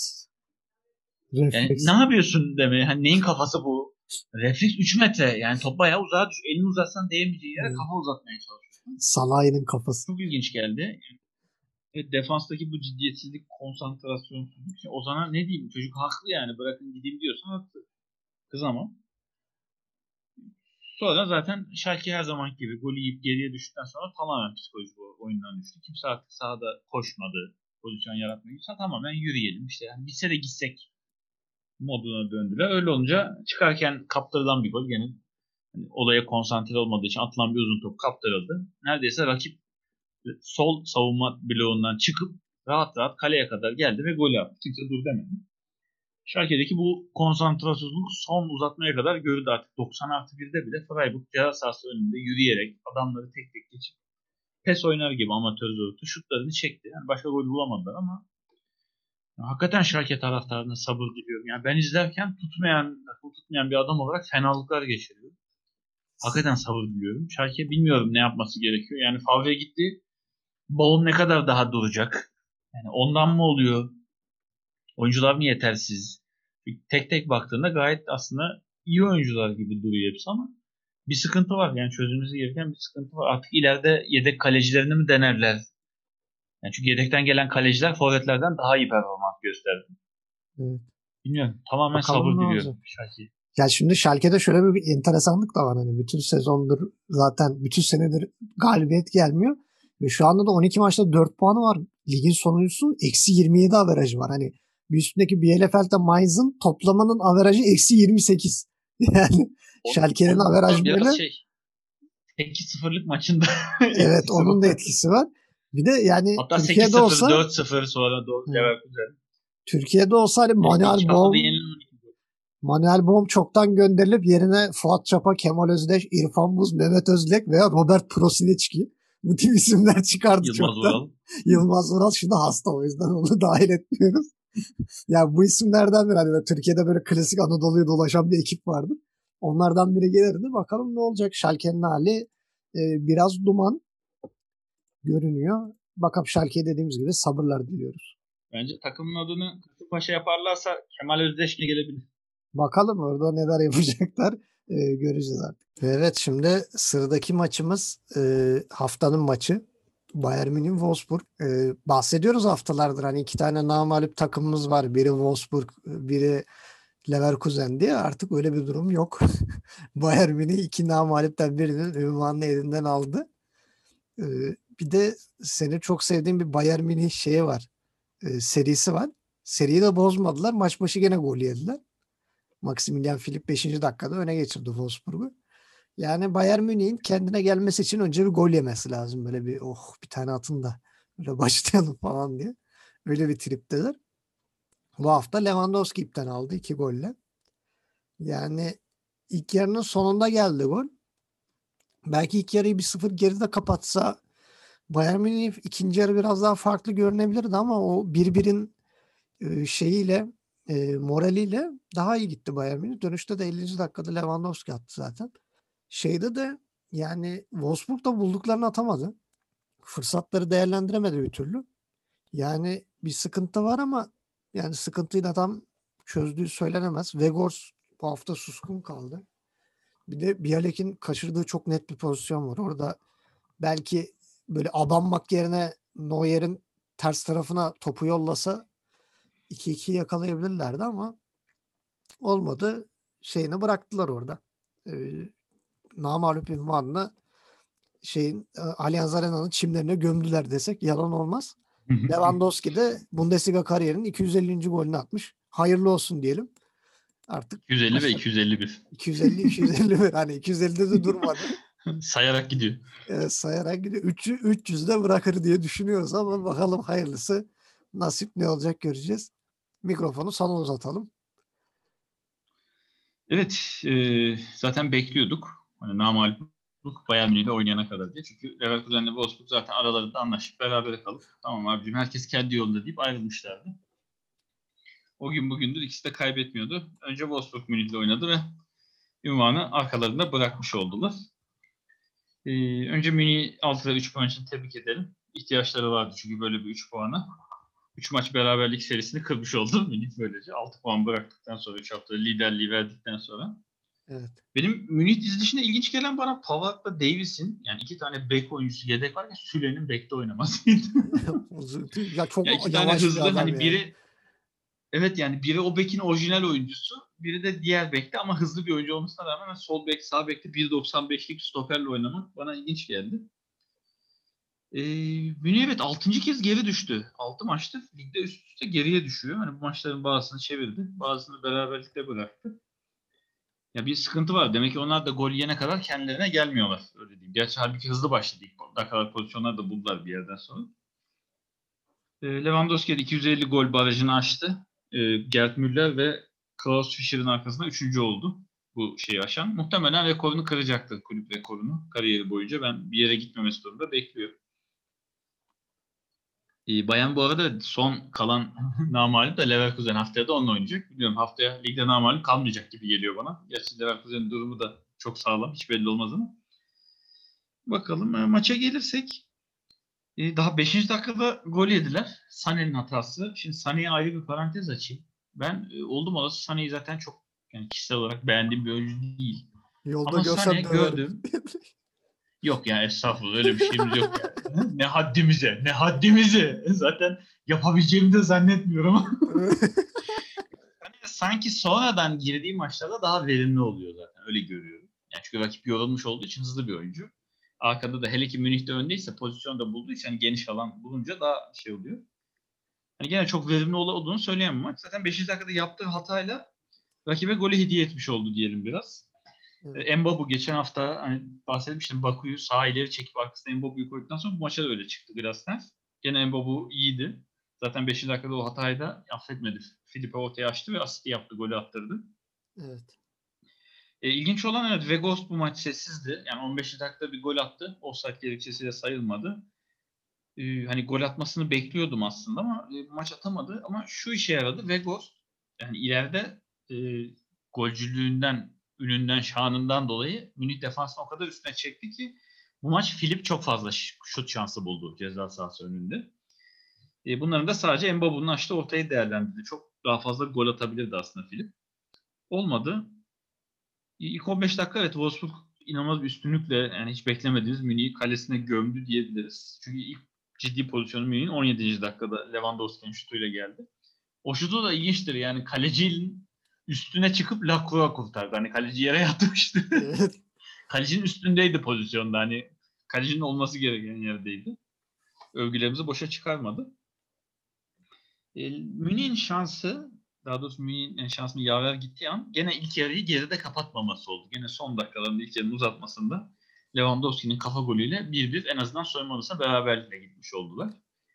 Yani ne Refleks. yapıyorsun deme. Hani neyin kafası bu? Refleks 3 metre. Yani top bayağı uzağa düş. Elini uzatsan değmeyeceği yere kafa uzatmaya çalışıyor. Salah'ın kafası. Çok ilginç geldi. Evet, defanstaki bu ciddiyetsizlik, konsantrasyonsuzluk. Şimdi Ozan'a ne diyeyim? Çocuk haklı yani. Bırakın gideyim diyorsa haklı. Kızamam. Sonra zaten Schalke her zaman gibi golü yiyip geriye düştükten sonra tamamen psikoloji oyundan düştü. Kimse artık sahada koşmadı, pozisyon yaratmadı. Tamamen yürüyelim işte yani bitse de gitsek moduna döndüler. Öyle olunca çıkarken kaptırılan bir gol. Gene hani olaya konsantre olmadığı için atılan bir uzun top kaptırıldı. Neredeyse rakip sol savunma bloğundan çıkıp rahat rahat kaleye kadar geldi ve golü attı. Kimse dur demedi. Schalke'deki bu konsantrasyonsuzluk son uzatmaya kadar görüldü artık. 90+1'de bile Freiburg ceza sahası önünde yürüyerek adamları tek tek geçip pes oynar gibi amatör zorlukta şutlarını çekti. Yani başka gol bulamadılar ama hakikaten Schalke taraftarına sabır diliyorum. Yani ben izlerken tutmayan bir adam olarak fenalıklar geçiriyor. Hakikaten sabır diliyorum. Schalke bilmiyorum ne yapması gerekiyor. Yani Favre gitti. Baum ne kadar daha duracak? Yani ondan mı oluyor? Oyuncular mı yetersiz? Tek tek baktığında gayet aslında iyi oyuncular gibi duruyor hepsi ama bir sıkıntı var. Yani çözülmesi gereken bir sıkıntı var. Artık ileride yedek kalecilerini mi denerler? Yani çünkü yedekten gelen kaleciler forvetlerden daha iyi performans gösterdi. Evet. Bilmiyorum. Tamamen Bakalım sabır ne diliyorum olacak. Şaki. Ya şimdi Schalke'de şöyle bir enteresanlık da var. Hani bütün sezondur zaten bütün senedir galibiyet gelmiyor. Ve şu anda da 12 maçta 4 puanı var. Ligin sonuncusu -27 averajı var. Hani bir üstündeki Bielefeld'le Mainz'ın toplamanın averajı -28. Yani Schalke'nin Onun averajı da böyle. biraz 8-0'lık maçında Evet, etkisi onun da var. etkisi var. Bir de yani Hatta Türkiye'de 8-0, olsa 4-0 sonra Leverkusen. Türkiye'de olsa hani Yani ilk haftada yenilen 12 gol. Manuel Baum çoktan gönderilip yerine Fuat Çapa, Kemal Özdeş, İrfan Buz, Mehmet Özlek veya Robert Prosiliçki. Bu tip isimler çıkardı Yılmaz çoktan. Vural. Yılmaz Vural şimdi hasta, o yüzden onu dahil etmiyoruz. Ya bu isimlerden biri, hani Türkiye'de böyle klasik Anadolu'yu dolaşan bir ekip vardı. Onlardan biri gelirdi. Bakalım ne olacak. Schalke'nin hali biraz duman görünüyor. Bakalım, Schalke'ye dediğimiz gibi sabırlar diliyoruz. Bence takımın adını Kasımpaşa yaparlarsa Kemal Özdeş gelebilir. Bakalım orada neler yapacaklar, göreceğiz artık. Evet, şimdi sıradaki maçımız haftanın maçı. Bayern Münih Wolfsburg. Bahsediyoruz haftalardır, hani iki tane namağlup takımımız var. Biri Wolfsburg, biri Leverkusen diye. Artık öyle bir durum yok. Bayern Münih iki namağlupten birinin ünvanını elinden aldı. E, Bir de senin çok sevdiğin bir Bayern Münih şeyi var. Serisi var. Seriyi de bozmadılar. Maç başı gene gol yediler. Maximilian Philipp 5. dakikada öne geçirdi Wolfsburg'u. Yani Bayern Münih'in kendine gelmesi için önce bir gol yemesi lazım. Böyle bir bir tane atın da böyle başlayalım falan diye. Öyle bir tripteler. Bu hafta Lewandowski ipten aldı 2 golle. Yani ilk yarının sonunda geldi gol. Belki ilk yarıyı 1-0 geride kapatsa Bayern Münih ikinci yarı biraz daha farklı görünebilirdi ama o 1-1'in şeyiyle, moraliyle daha iyi gitti Bayern Münih. Dönüşte de 50. dakikada Lewandowski attı zaten. Şeyde de yani Wolfsburg'da bulduklarını atamadı. Fırsatları değerlendiremedi bir türlü. Yani bir sıkıntı var ama yani sıkıntıyı da tam çözdüğü söylenemez. Weghorst bu hafta suskun kaldı. Bir de Bialik'in kaçırdığı çok net bir pozisyon var. Orada belki böyle abanmak yerine Neuer'in ters tarafına topu yollasa 2-2 yakalayabilirlerdi ama olmadı. Şeyini bıraktılar orada. Namağlup ünvanını Allianz Arena'nın çimlerine gömdüler desek yalan olmaz. Lewandowski de Bundesliga kariyerinin 250. golünü atmış. Hayırlı olsun diyelim. Artık 250 ve 251. 250-251, hani 250'de de durmadı. Sayarak gidiyor. Sayarak gidiyor. 300'de bırakır diye düşünüyoruz ama bakalım hayırlısı. Nasip ne olacak göreceğiz. Mikrofonu sana uzatalım. Evet, zaten bekliyorduk. Hani namağlupluk Bayern Münih'de oynayana kadar diye. Çünkü Leverkusen'le Wolfsburg zaten aralarında anlaşıp berabere kalıp tamam abicim herkes kendi yolunda deyip ayrılmışlardı. O gün bugündür ikisi de kaybetmiyordu. Önce Wolfsburg Münih'le oynadı ve ünvanı arkalarında bırakmış oldular. Önce Münih'i 6'da 3 puan için tebrik edelim. İhtiyaçları vardı çünkü böyle bir 3 puana. 3 maç beraberlik serisini kırmış oldu Münih böylece. 6 puan bıraktıktan sonra 3 hafta liderliği verdikten sonra. Evet. Benim Münih dizilişinde ilginç gelen bana Pavard'la Davies'in yani iki tane bek oyuncusu yedek varken Süle'nin bekte oynamasıydı. Ya çok Ya iki tane yavaş bir hızlı adam hani yani. biri evet yani biri o bekin orijinal oyuncusu biri de diğer bekte ama hızlı bir oyuncu olmasına rağmen sol bek, sağ bekte 1.95'lik stoperle oynamak bana ilginç geldi. Münih evet 6. kez geri düştü. 6 maçtır ligde üst üste geriye düşüyor. Hani bu maçların bazısını çevirdi. Bazısını beraberlikte bıraktı. Ya bir sıkıntı var. Demek ki onlar da gol yene kadar kendilerine gelmiyorlar. Öyle diyeyim. Gerçi halbuki hızlı başladı. İlk dakikalar pozisyonlar da buldular bir yerden sonra. Lewandowski 250 gol barajını aştı. Gerd Müller ve Klaus Fischer'in arkasında 3. oldu bu şeyi aşan. Muhtemelen rekorunu kıracaktır, kulüp rekorunu kariyeri boyunca. Ben bir yere gitmemesi durumunda bekliyorum. Bayern bu arada son kalan namağlup da Leverkusen, haftaya da onunla oynayacak. Biliyorum haftaya ligde namağlup kalmayacak gibi geliyor bana. Gerçi Leverkusen'in durumu da çok sağlam. Hiç belli olmaz ama. Bakalım maça gelirsek. Daha 5. dakikada gol yediler. Sané'nin hatası. Şimdi Sané'ye ayrı bir parantez açayım. Ben oldum olası Sané'yi zaten çok yani kişisel olarak beğendiğim bir oyuncu değil. Yolda Ama görsem Sané döverim. gördüm. Yok ya estağfurullah öyle bir şeyimiz yok yani. Ne haddimize, ne haddimize. Zaten yapabileceğimi de zannetmiyorum. Hani sanki sonradan girdiği maçlarda daha verimli oluyor zaten. Öyle görüyorum. Yani çünkü rakip yorulmuş olduğu için hızlı bir oyuncu. Arkada da hele ki Münih'te öndeyse pozisyon da bulduğu için hani geniş alan bulunca daha şey oluyor. Hani gene çok verimli olduğunu söyleyemem maç. Zaten 5. dakikada yaptığı hatayla rakibe golü hediye etmiş oldu diyelim biraz. Evet. Mbabu geçen hafta hani bahsetmiştim Baku'yu sağ ileri çekip arkasına Mbabu'yu koyduktan sonra bu maça da öyle çıktı biraz ters. Gene Mbabu iyiydi. Zaten 5. dakikada o hatayı da affetmedi. Filipe ortaya açtı ve asisti yaptı, golü attırdı. Evet. İlginç olan evet Weghorst bu maç sessizdi. Yani 15. dakikada bir gol attı. Offside gerekçesiyle sayılmadı. Hani gol atmasını bekliyordum aslında ama maç atamadı. Ama şu işe yaradı. Weghorst yani ileride e, golcülüğünden, ününden, şanından dolayı Münih defansını o kadar üstüne çekti ki bu maç Filip çok fazla şut şansı buldu ceza sahası önünde. Bunların da sadece Mbabu'nun açtığı ortayı değerlendirdi. Çok daha fazla gol atabilirdi aslında Filip. Olmadı. İlk 15 dakika evet Wolfsburg inanılmaz bir üstünlükle yani hiç beklemediğimiz Münih'i kalesine gömdü diyebiliriz. Çünkü ilk ciddi pozisyonu Münih'in 17. dakikada Lewandowski'nin şutuyla geldi. O şutu da ilginçtir yani kalecinin üstüne çıkıp Lacroix kurtardı. Hani kaleci yere yatmıştı. Evet. Kalecinin üstündeydi pozisyonda hani kalecinin olması gereken yerdeydi. Övgülerimizi boşa çıkarmadı. Münih'in şansı daha doğrusu Münih'in şansını yaver gittiği an gene ilk yarıyı geride kapatmaması oldu. Gene son dakikalarında ilk yarının uzatmasında Lewandowski'nin kafa golüyle 1-1 en azından soyunma odasına beraberlikle gitmiş oldular.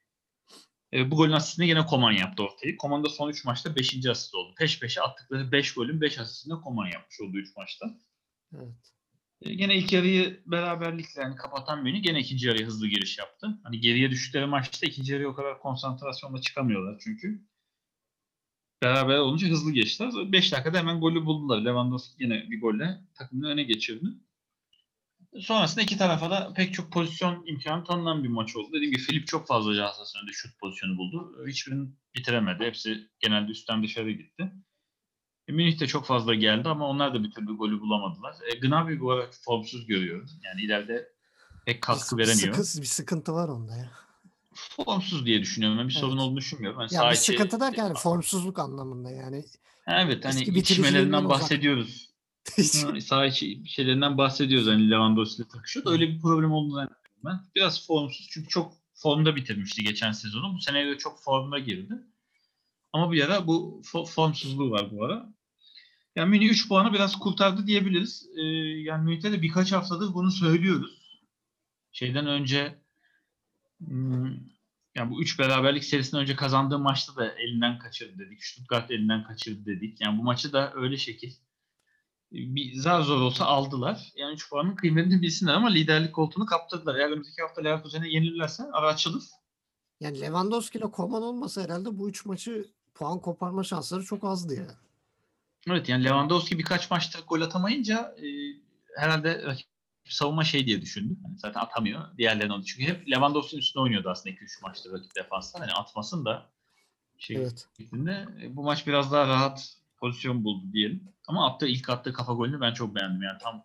Bu golün asistini gene Koman yaptı ortayı. Koman da son 3 maçta 5. asist oldu. Peş peşe attıkları 5 golün 5 asistini Koman yapmış oldu 3 maçta. Evet. Gene ilk yarıyı beraberlikle yani kapatan Münih gene ikinci yarıya hızlı giriş yaptı. Hani geriye düştükleri maçta ikinci yarıya o kadar konsantrasyonla çıkamıyorlar çünkü. Beraber olunca hızlı geçtiler. 5 dakikada hemen golü buldular. Lewandowski yine bir golle takımını öne geçirdi. Sonrasında iki tarafa da pek çok pozisyon imkanı tanınan bir maç oldu. Dediğim gibi Filip çok fazla cihazası önünde şut pozisyonu buldu. Hiçbirini bitiremedi. Hepsi genelde üstten dışarı gitti. Münih de çok fazla geldi ama onlar da bir türlü golü bulamadılar. Gnabry bu arada formsuz görüyorum. Yani ileride pek katkı veremiyor. Bir sıkıntı var onda ya. Formsuz diye düşünüyorum. Ben bir sorun Evet. olduğunu düşünmüyorum. Yani Ya sağ bir içi sıkıntı derken yani formsuzluk anlamında yani. evet hani Eski bitiriciliğinden yetişmelerinden uzak. bahsediyoruz. Sağ içi şeylerinden bahsediyoruz hani Lewandowski ile takışıyor da öyle bir problem olduğunu zannetmiyorum ben. Biraz formsuz çünkü çok formda bitirmişti geçen sezonu. Bu sene de çok formda girdi. Ama bir ara bu formsuzluğu var bu ara. Yani Münih 3 puanı biraz kurtardı diyebiliriz. Yani Münih'te de birkaç haftadır bunu söylüyoruz. Şeyden önce hmm, yani bu 3 beraberlik serisinden önce kazandığı maçta da elinden kaçırdı dedik. Stuttgart elinden kaçırdı dedik. Yani bu maçı da öyle şekil bir zar zor olsa aldılar. Yani 3 puanın kıymetini bilsinler ama liderlik koltuğunu kaptırdılar. Eğer önümüzdeki hafta Leverkusen'e yenilirlerse ara açılır. Yani Lewandowski ile Koman olmasa herhalde bu 3 maçı puan koparma şansları çok azdı ya. Evet yani Lewandowski birkaç maçta gol atamayınca herhalde rakip savunma şey diye düşündü. Hani zaten atamıyor. Diğerlerine onu. Çünkü hep Lewandowski'nin üstüne oynuyordu aslında 2-3 maçta rakip defansta. Hani atmasın da Evet. şeklinde. Bu maç biraz daha rahat pozisyon buldu diyelim. Ama ilk attığı kafa golünü ben çok beğendim. Yani tam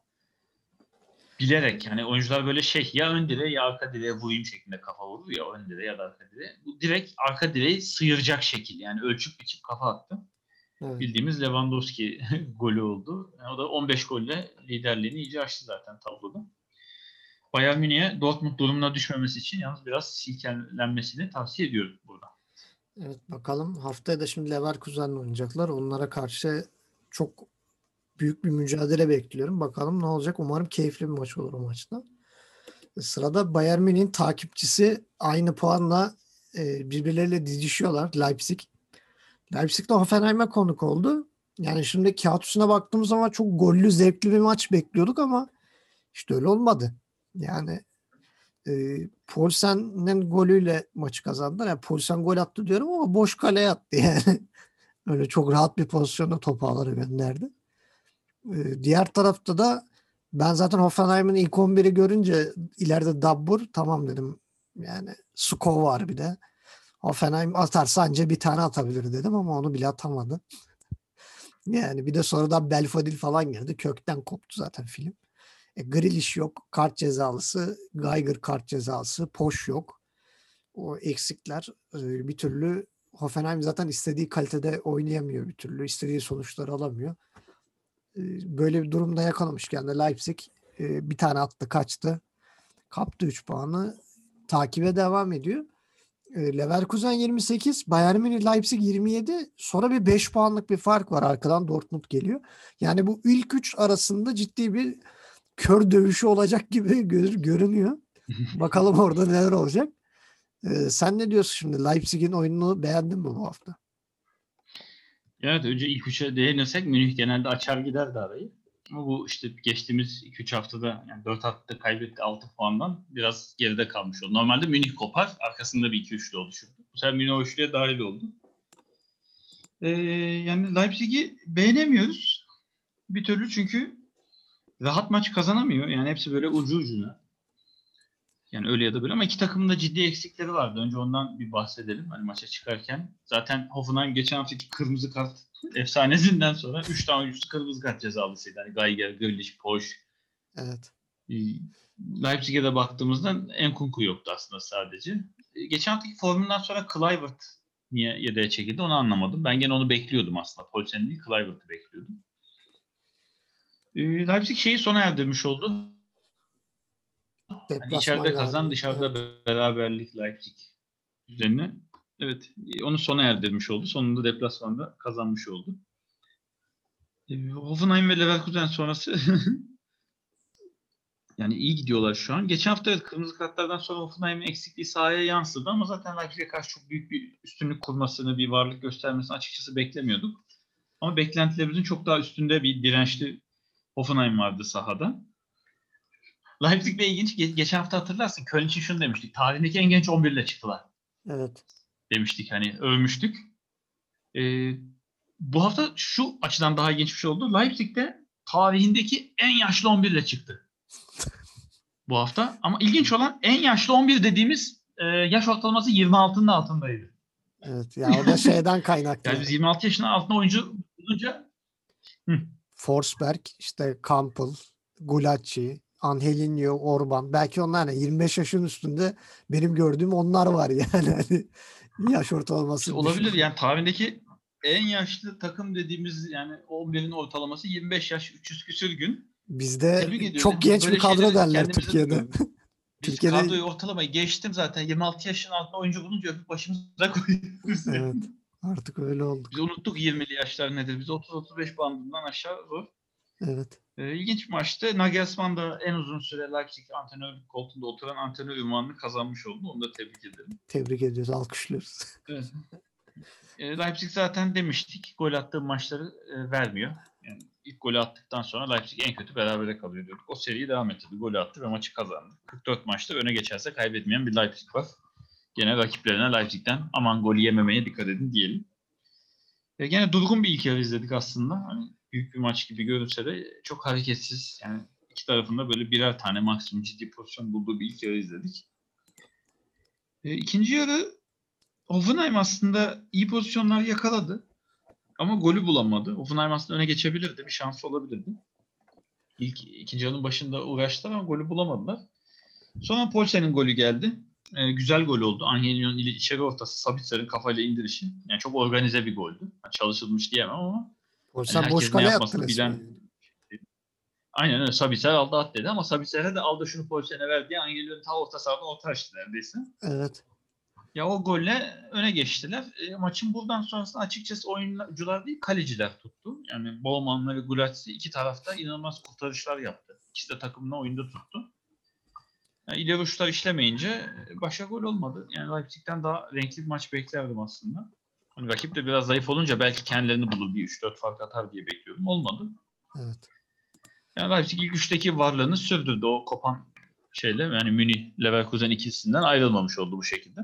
bilerek yani oyuncular böyle şey ya ön direğe ya arka direğe vurayım şeklinde kafa vurur ya ön direğe ya da arka direğe. Bu direkt arka direği sıyıracak şekil yani ölçüp biçip kafa attı. Evet. Bildiğimiz Lewandowski golü oldu. Yani o da 15 golle liderliğini iyice açtı zaten tabloda. Bayern Münih'e Dortmund durumuna düşmemesi için yalnız biraz silkelenmesini tavsiye ediyorum burada. Evet, bakalım. Haftaya da şimdi Leverkusen'le oynayacaklar. Onlara karşı çok büyük bir mücadele bekliyorum. Bakalım ne olacak. Umarım keyifli bir maç olur o maçta. Sırada Bayern Münih'in takipçisi aynı puanla birbirleriyle didişiyorlar. Leipzig. Leipzig de Hoffenheim'e konuk oldu. Yani şimdi kağıt üstüne baktığımız zaman çok gollü, zevkli bir maç bekliyorduk ama işte öyle olmadı. Yani Poulsen'in golüyle maçı kazandılar. Yani Poulsen gol attı diyorum ama boş kaleye attı yani. Öyle çok rahat bir pozisyonda topu ağlara gönderdi. Diğer tarafta da ben zaten Hoffenheim'in ilk 11'i görünce ileride Dabbur tamam dedim. Yani Skov var bir de. Hoffenheim atarsa anca bir tane atabilir dedim ama onu bile atamadı. Yani bir de sonradan Belfodil falan girdi. Kökten koptu zaten film. Grealish yok. Kart cezalısı. Geiger kart cezalısı. Poş yok. O eksikler bir türlü Hoffenheim zaten istediği kalitede oynayamıyor bir türlü. İstediği sonuçları alamıyor. Böyle bir durumda yakalamışken de Leipzig bir tane attı kaçtı. Kaptı 3 puanı. Takibe devam ediyor. Leverkusen 28, Bayern Münih Leipzig 27. Sonra bir 5 puanlık bir fark var. Arkadan Dortmund geliyor. Yani bu ilk 3 arasında ciddi bir kör dövüşü olacak gibi görünüyor. Bakalım orada neler olacak. Sen ne diyorsun şimdi? Leipzig'in oyununu beğendin mi bu hafta? Evet, önce ilk üçe değinirsek Münih genelde açar giderdi arayı. Ama bu işte geçtiğimiz 2-3 haftada yani 4 haftada kaybetti 6 puandan biraz geride kalmış oldu. Normalde Münih kopar arkasında bir 2-3'lü oluşurdu. Bu sefer Münih o üçlüye dahil oldu. Yani Leipzig'i beğenemiyoruz bir türlü çünkü rahat maç kazanamıyor. Yani hepsi böyle ucu ucuna. Yani öyle ya da böyle ama iki takımın da ciddi eksikleri vardı. Önce ondan bir bahsedelim hani maça çıkarken. Zaten Hoffenheim geçen haftaki kırmızı kart efsanesinden sonra 3 tane oyuncusu kırmızı kart cezalısıydı. Hani Geiger, Grealish, Posch. Evet. Ee, Leipzig'e de baktığımızda Nkunku yoktu aslında sadece. Geçen haftaki formundan sonra Kluivert niye yedeğe çekildi onu anlamadım. Ben gene onu bekliyordum aslında. Poulsen'i değil Kluivert'ı bekliyordum. Leipzig şeyi sona erdirmiş oldu. Hani Deplasman içeride kazan, galibiyeti. dışarıda Evet. beraberlik Leipzig üzerine. Evet, onu sona erdirmiş oldu. Sonunda deplasmanda kazanmış oldu. Hoffenheim ve Leverkusen sonrası yani iyi gidiyorlar şu an. Geçen hafta evet, kırmızı kartlardan sonra Hoffenheim'in eksikliği sahaya yansıdı ama zaten Leipzig'e karşı çok büyük bir üstünlük kurmasını, bir varlık göstermesini açıkçası beklemiyorduk. Ama beklentilerimizin çok daha üstünde bir dirençli Hoffenheim vardı sahada. Leipzig'le ilginç. Geçen hafta hatırlarsın. Köln için şunu demiştik. Tarihindeki en genç 11 ile çıktılar Evet. demiştik. Hani övmüştük. Ee, Bu hafta şu açıdan daha ilginç bir şey oldu. Leipzig'te tarihindeki en yaşlı 11 ile çıktı bu hafta. Ama ilginç olan en yaşlı 11 dediğimiz yaş ortalaması 26'nın altındaydı. Evet. Ya o da şeyden Yani kaynaklı. biz 26 yaşının altında oyuncu bulunca Forsberg, işte Campbell, Gulacsi, Angelinho, Orban. Belki onlar ne? 25 yaşın üstünde benim gördüğüm onlar var yani. Hani yaş işte ortalaması olabilir. düşük. Yani tarihindeki en yaşlı takım dediğimiz yani 11'in ortalaması 25 yaş 300 küsür gün. Bizde Tebrik ediyoruz. çok Yani biz genç bir böyle kadro şeyleri derler kendimizde de Türkiye'de. gördük. Biz Türkiye'de kadroyu ortalamayı geçtim zaten. 26 yaşın altında oyuncu bulunca öpüp başımıza koyuyoruz. evet, artık öyle Biz olduk. unuttuk 20'li yaşlar nedir. Biz 30-35 bandından aşağı zor. Evet. İlginç bir maçtı. Nagelsmann da en uzun süre Leipzig antrenör koltuğunda oturan antrenör ünvanını kazanmış oldu. Onu da tebrik ederim. Tebrik ediyoruz, alkışlıyoruz. Evet. Leipzig zaten demiştik gol attığı maçları vermiyor. Yani ilk golü attıktan sonra Leipzig en kötü berabere kalıyor diyorduk. O seriyi devam ettirdi. Golü attı ve maçı kazandı. 44 maçta öne geçerse kaybetmeyen bir Leipzig var. Gene rakiplerine Leipzig'ten aman golü yememeye dikkat edin diyelim. Gene durgun bir ilk yarı izledik aslında. Hani büyük bir maç gibi görünse de çok hareketsiz. Yani iki tarafında böyle birer tane maksimum ciddi pozisyon bulduğu bir ilk yarı izledik. İkinci yarı Hoffenheim aslında iyi pozisyonlar yakaladı. Ama golü bulamadı. Hoffenheim aslında öne geçebilirdi. Bir şansı olabilirdi. İkinci yarının başında uğraştılar ama golü bulamadılar. Sonra Poulsen'in golü geldi. güzel gol oldu. Angelinho'nun içeri ortası, Sabitzer'in kafayla indirişi. Yani çok organize bir goldü. Yani çalışılmış diyemem ama hani Polsen boş herkes ne kaleye attı yapmasını resmen bilen. yani. Aynen öyle. Sabitzer aldı at dedi ama Sabitzer'e de aldı şunu Polsen'e ver diye Angelinho'nun ta orta sahadan orta açtı neredeyse. Evet. Ya o golle öne geçtiler. Maçın buradan sonrasında açıkçası oyuncular değil kaleciler tuttu. Yani Bowman'la ve Gulácsi iki tarafta inanılmaz kurtarışlar yaptı. İkisi de takımını oyunda tuttu. Yani ileri uçlar işlemeyince başka gol olmadı. Yani Leipzig'ten daha renkli bir maç beklerdim aslında. Hani rakip de biraz zayıf olunca belki kendilerini bulur, bir 3-4 fark atar diye bekliyordum. Olmadı. Evet. Yani Leipzig ilk üçteki varlığını sürdürdü. O kopan şeyle yani Münih Leverkusen ikisinden ayrılmamış oldu bu şekilde.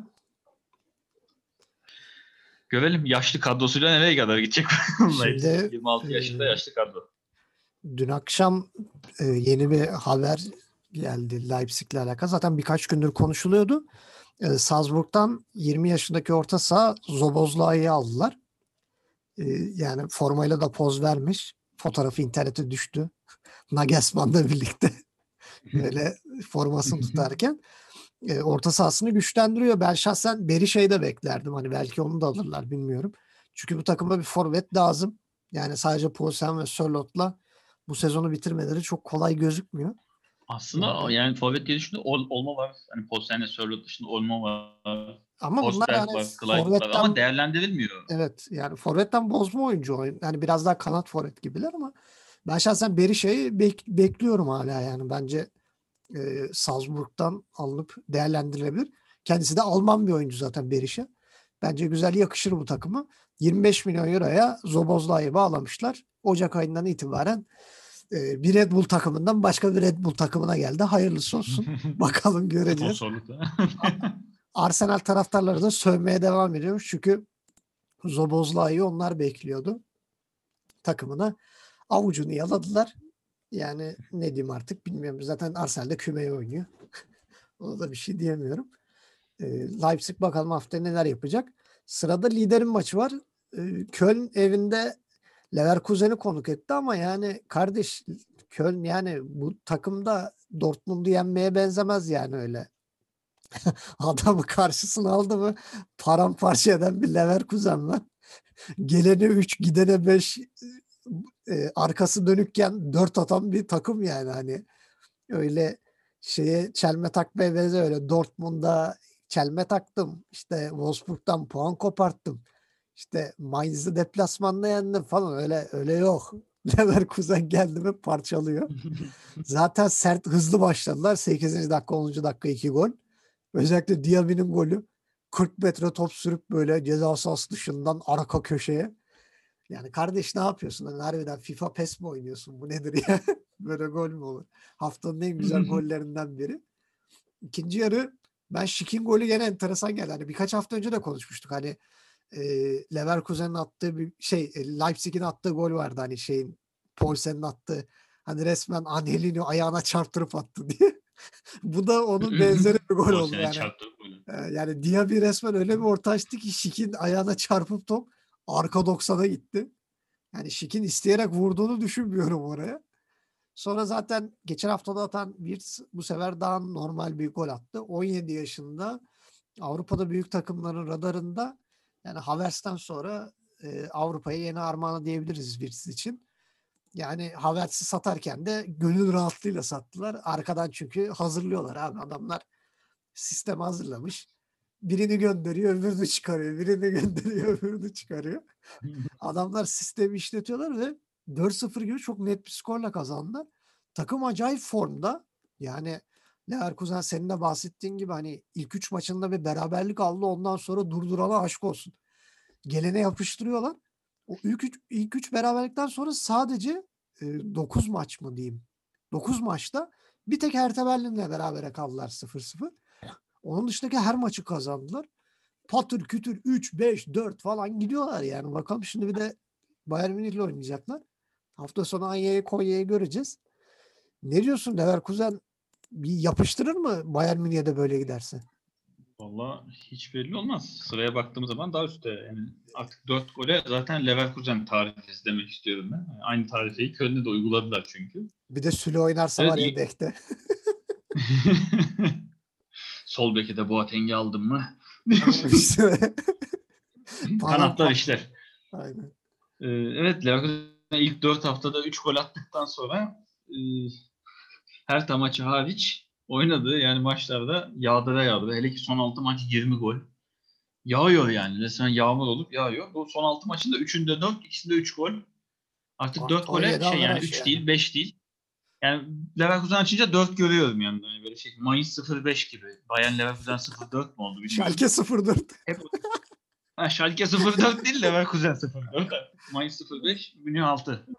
Görelim yaşlı kadrosuyla nereye kadar gidecek Leipzig. Şimdi 26 yaşında yaşlı kadro. dün akşam yeni bir haber geldi Leipzig'le alakalı. Zaten birkaç gündür konuşuluyordu. Salzburg'dan 20 yaşındaki orta saha Szoboszlai'yi aldılar. Yani formayla da poz vermiş. Fotoğrafı internete düştü. Nagelsmann'la birlikte böyle formasını tutarken orta sahasını güçlendiriyor. Ben şahsen Berisha'yı da beklerdim. Hani belki onu da alırlar bilmiyorum. Çünkü bu takıma bir forvet lazım. Yani sadece Poulsen ve Sörlot'la bu sezonu bitirmeleri çok kolay gözükmüyor. Aslında Yani yani forvet diye düşündüm. Olma var. Hani Posten'le Sörloth dışında Olma var. ama bunlar Forsberg yani var. Clyde var ama forvetten değerlendirilmiyor. evet yani forvetten bozma oyuncu. Yani biraz daha kanat forvet gibiler ama ben şahsen Berisha'yı bekliyorum hala yani. Bence Salzburg'dan alınıp değerlendirilebilir. Kendisi de Alman bir oyuncu zaten Berisha. Bence güzel yakışır bu takıma. 25 milyon euroya Szoboszlai'yi bağlamışlar. Ocak ayından itibaren bir Red Bull takımından başka bir Red Bull takımına geldi. Hayırlısı olsun. Bakalım göreceğiz. Sponsorlukla. Arsenal taraftarları da sövmeye devam ediyormuş. Çünkü Szoboszlai'yi onlar bekliyordu. Takımına avucunu yaladılar. Yani ne diyeyim artık bilmiyorum. Zaten Arsenal'de kümeye oynuyor. Ona da bir şey diyemiyorum. Leipzig bakalım haftaya neler yapacak. Sırada liderin maçı var. Köln evinde Leverkusen'i konuk etti ama yani kardeş Köln yani bu takımda Dortmund'u yenmeye benzemez yani öyle. Adamı karşısına aldı mı paramparça eden bir Leverkusen var. Gelene 3 gidene 5 arkası dönükken 4 atan bir takım yani hani öyle şeye çelme takmaya benzer öyle Dortmund'a çelme taktım. İşte Wolfsburg'dan puan koparttım. İşte Mainz'ı deplasmanda yendim falan öyle yok. Leverkusen geldi mi parçalıyor. Zaten sert hızlı başladılar. 8. dakika 10. dakika 2 gol. Özellikle Diaby'nin golü 40 metre top sürüp böyle ceza sahası dışından arka köşeye. Yani kardeş ne yapıyorsun? Hani harbiden FIFA PES mi oynuyorsun? Bu nedir ya? Böyle gol mü olur? Haftanın en güzel gollerinden biri. İkinci yarı ben Şik'in golü gene enteresan geldi. Hani birkaç hafta önce de konuşmuştuk. Hani e, Leverkusen'in attığı bir şey Leipzig'in attığı gol vardı hani şeyin Poulsen'in attığı hani resmen Angelino ayağına çarptırıp attı diye. Bu da onun benzeri bir gol O oldu sene yani. çarptı böyle. Yani Diaby resmen öyle bir orta açtı ki Şik'in ayağına çarpıp top arka 90'a gitti. Yani Şik'in isteyerek vurduğunu düşünmüyorum oraya. Sonra zaten geçen haftada atan bir bu sefer daha normal bir gol attı. 17 yaşında Avrupa'da büyük takımların radarında yani Havertz'ten sonra Avrupa'ya yeni armağanı diyebiliriz birisi için. Yani Havertz'i satarken de gönül rahatlığıyla sattılar. Arkadan çünkü hazırlıyorlar abi adamlar sistem hazırlamış. Birini gönderiyor, öbürünü çıkarıyor. Birini gönderiyor, öbürünü çıkarıyor. Adamlar sistemi işletiyorlar ve 4-0 gibi çok net bir skorla kazandılar. Takım acayip formda. Yani Leverkusen senin de bahsettiğin gibi hani ilk 3 maçında bir beraberlik aldı. Ondan sonra durdurana aşk olsun. Gelene yapıştırıyorlar. O ilk üç beraberlikten sonra sadece 9 maç mı diyeyim. 9 maçta bir tek Hertha Berlin'le berabere kaldılar 0-0. Onun dışındaki her maçı kazandılar. Patır kütür 3, 5, 4 falan gidiyorlar yani. Bakalım şimdi bir de Bayern Münih'le oynayacaklar. Hafta sonu Anya'yı Konya'yı göreceğiz. Ne diyorsun Leverkusen bir yapıştırır mı Bayern Münih'e de böyle giderse? Valla hiç belli olmaz. Sıraya baktığımız zaman daha üstte. Yani artık 4 gole zaten Leverkusen tarifesi demek istiyorum ben. Yani aynı tarifeyi Köln'de de uyguladılar çünkü. Bir de Süle oynarsa Evet var ya iyi. bekte. Sol beke de Boateng'i aldım mı? İşte Kanatlar işler. Aynen. Evet, Leverkusen ilk 4 haftada 3 gol attıktan sonra her maçı hariç oynadığı yani maçlarda yağdıra yağdıra. Hele ki son 6 maç 20 gol. Yağıyor yani. Resmen yağmur olup yağıyor. Bu son 6 maçın da 3'ünde 4, ikisinde 3 gol. Artık 4 Artı gole 17 şey yani averaj 3 yani. değil 5 değil. Yani Leverkusen açınca 4 görüyorum yani. Yani böyle şey Mayıs 05 gibi. Bayern Leverkusen 04 mu oldu bilmiyorum. Schalke 04. Hep Schalke 04 değil Leverkusen 04 artık. Mayıs 05, Münih 6.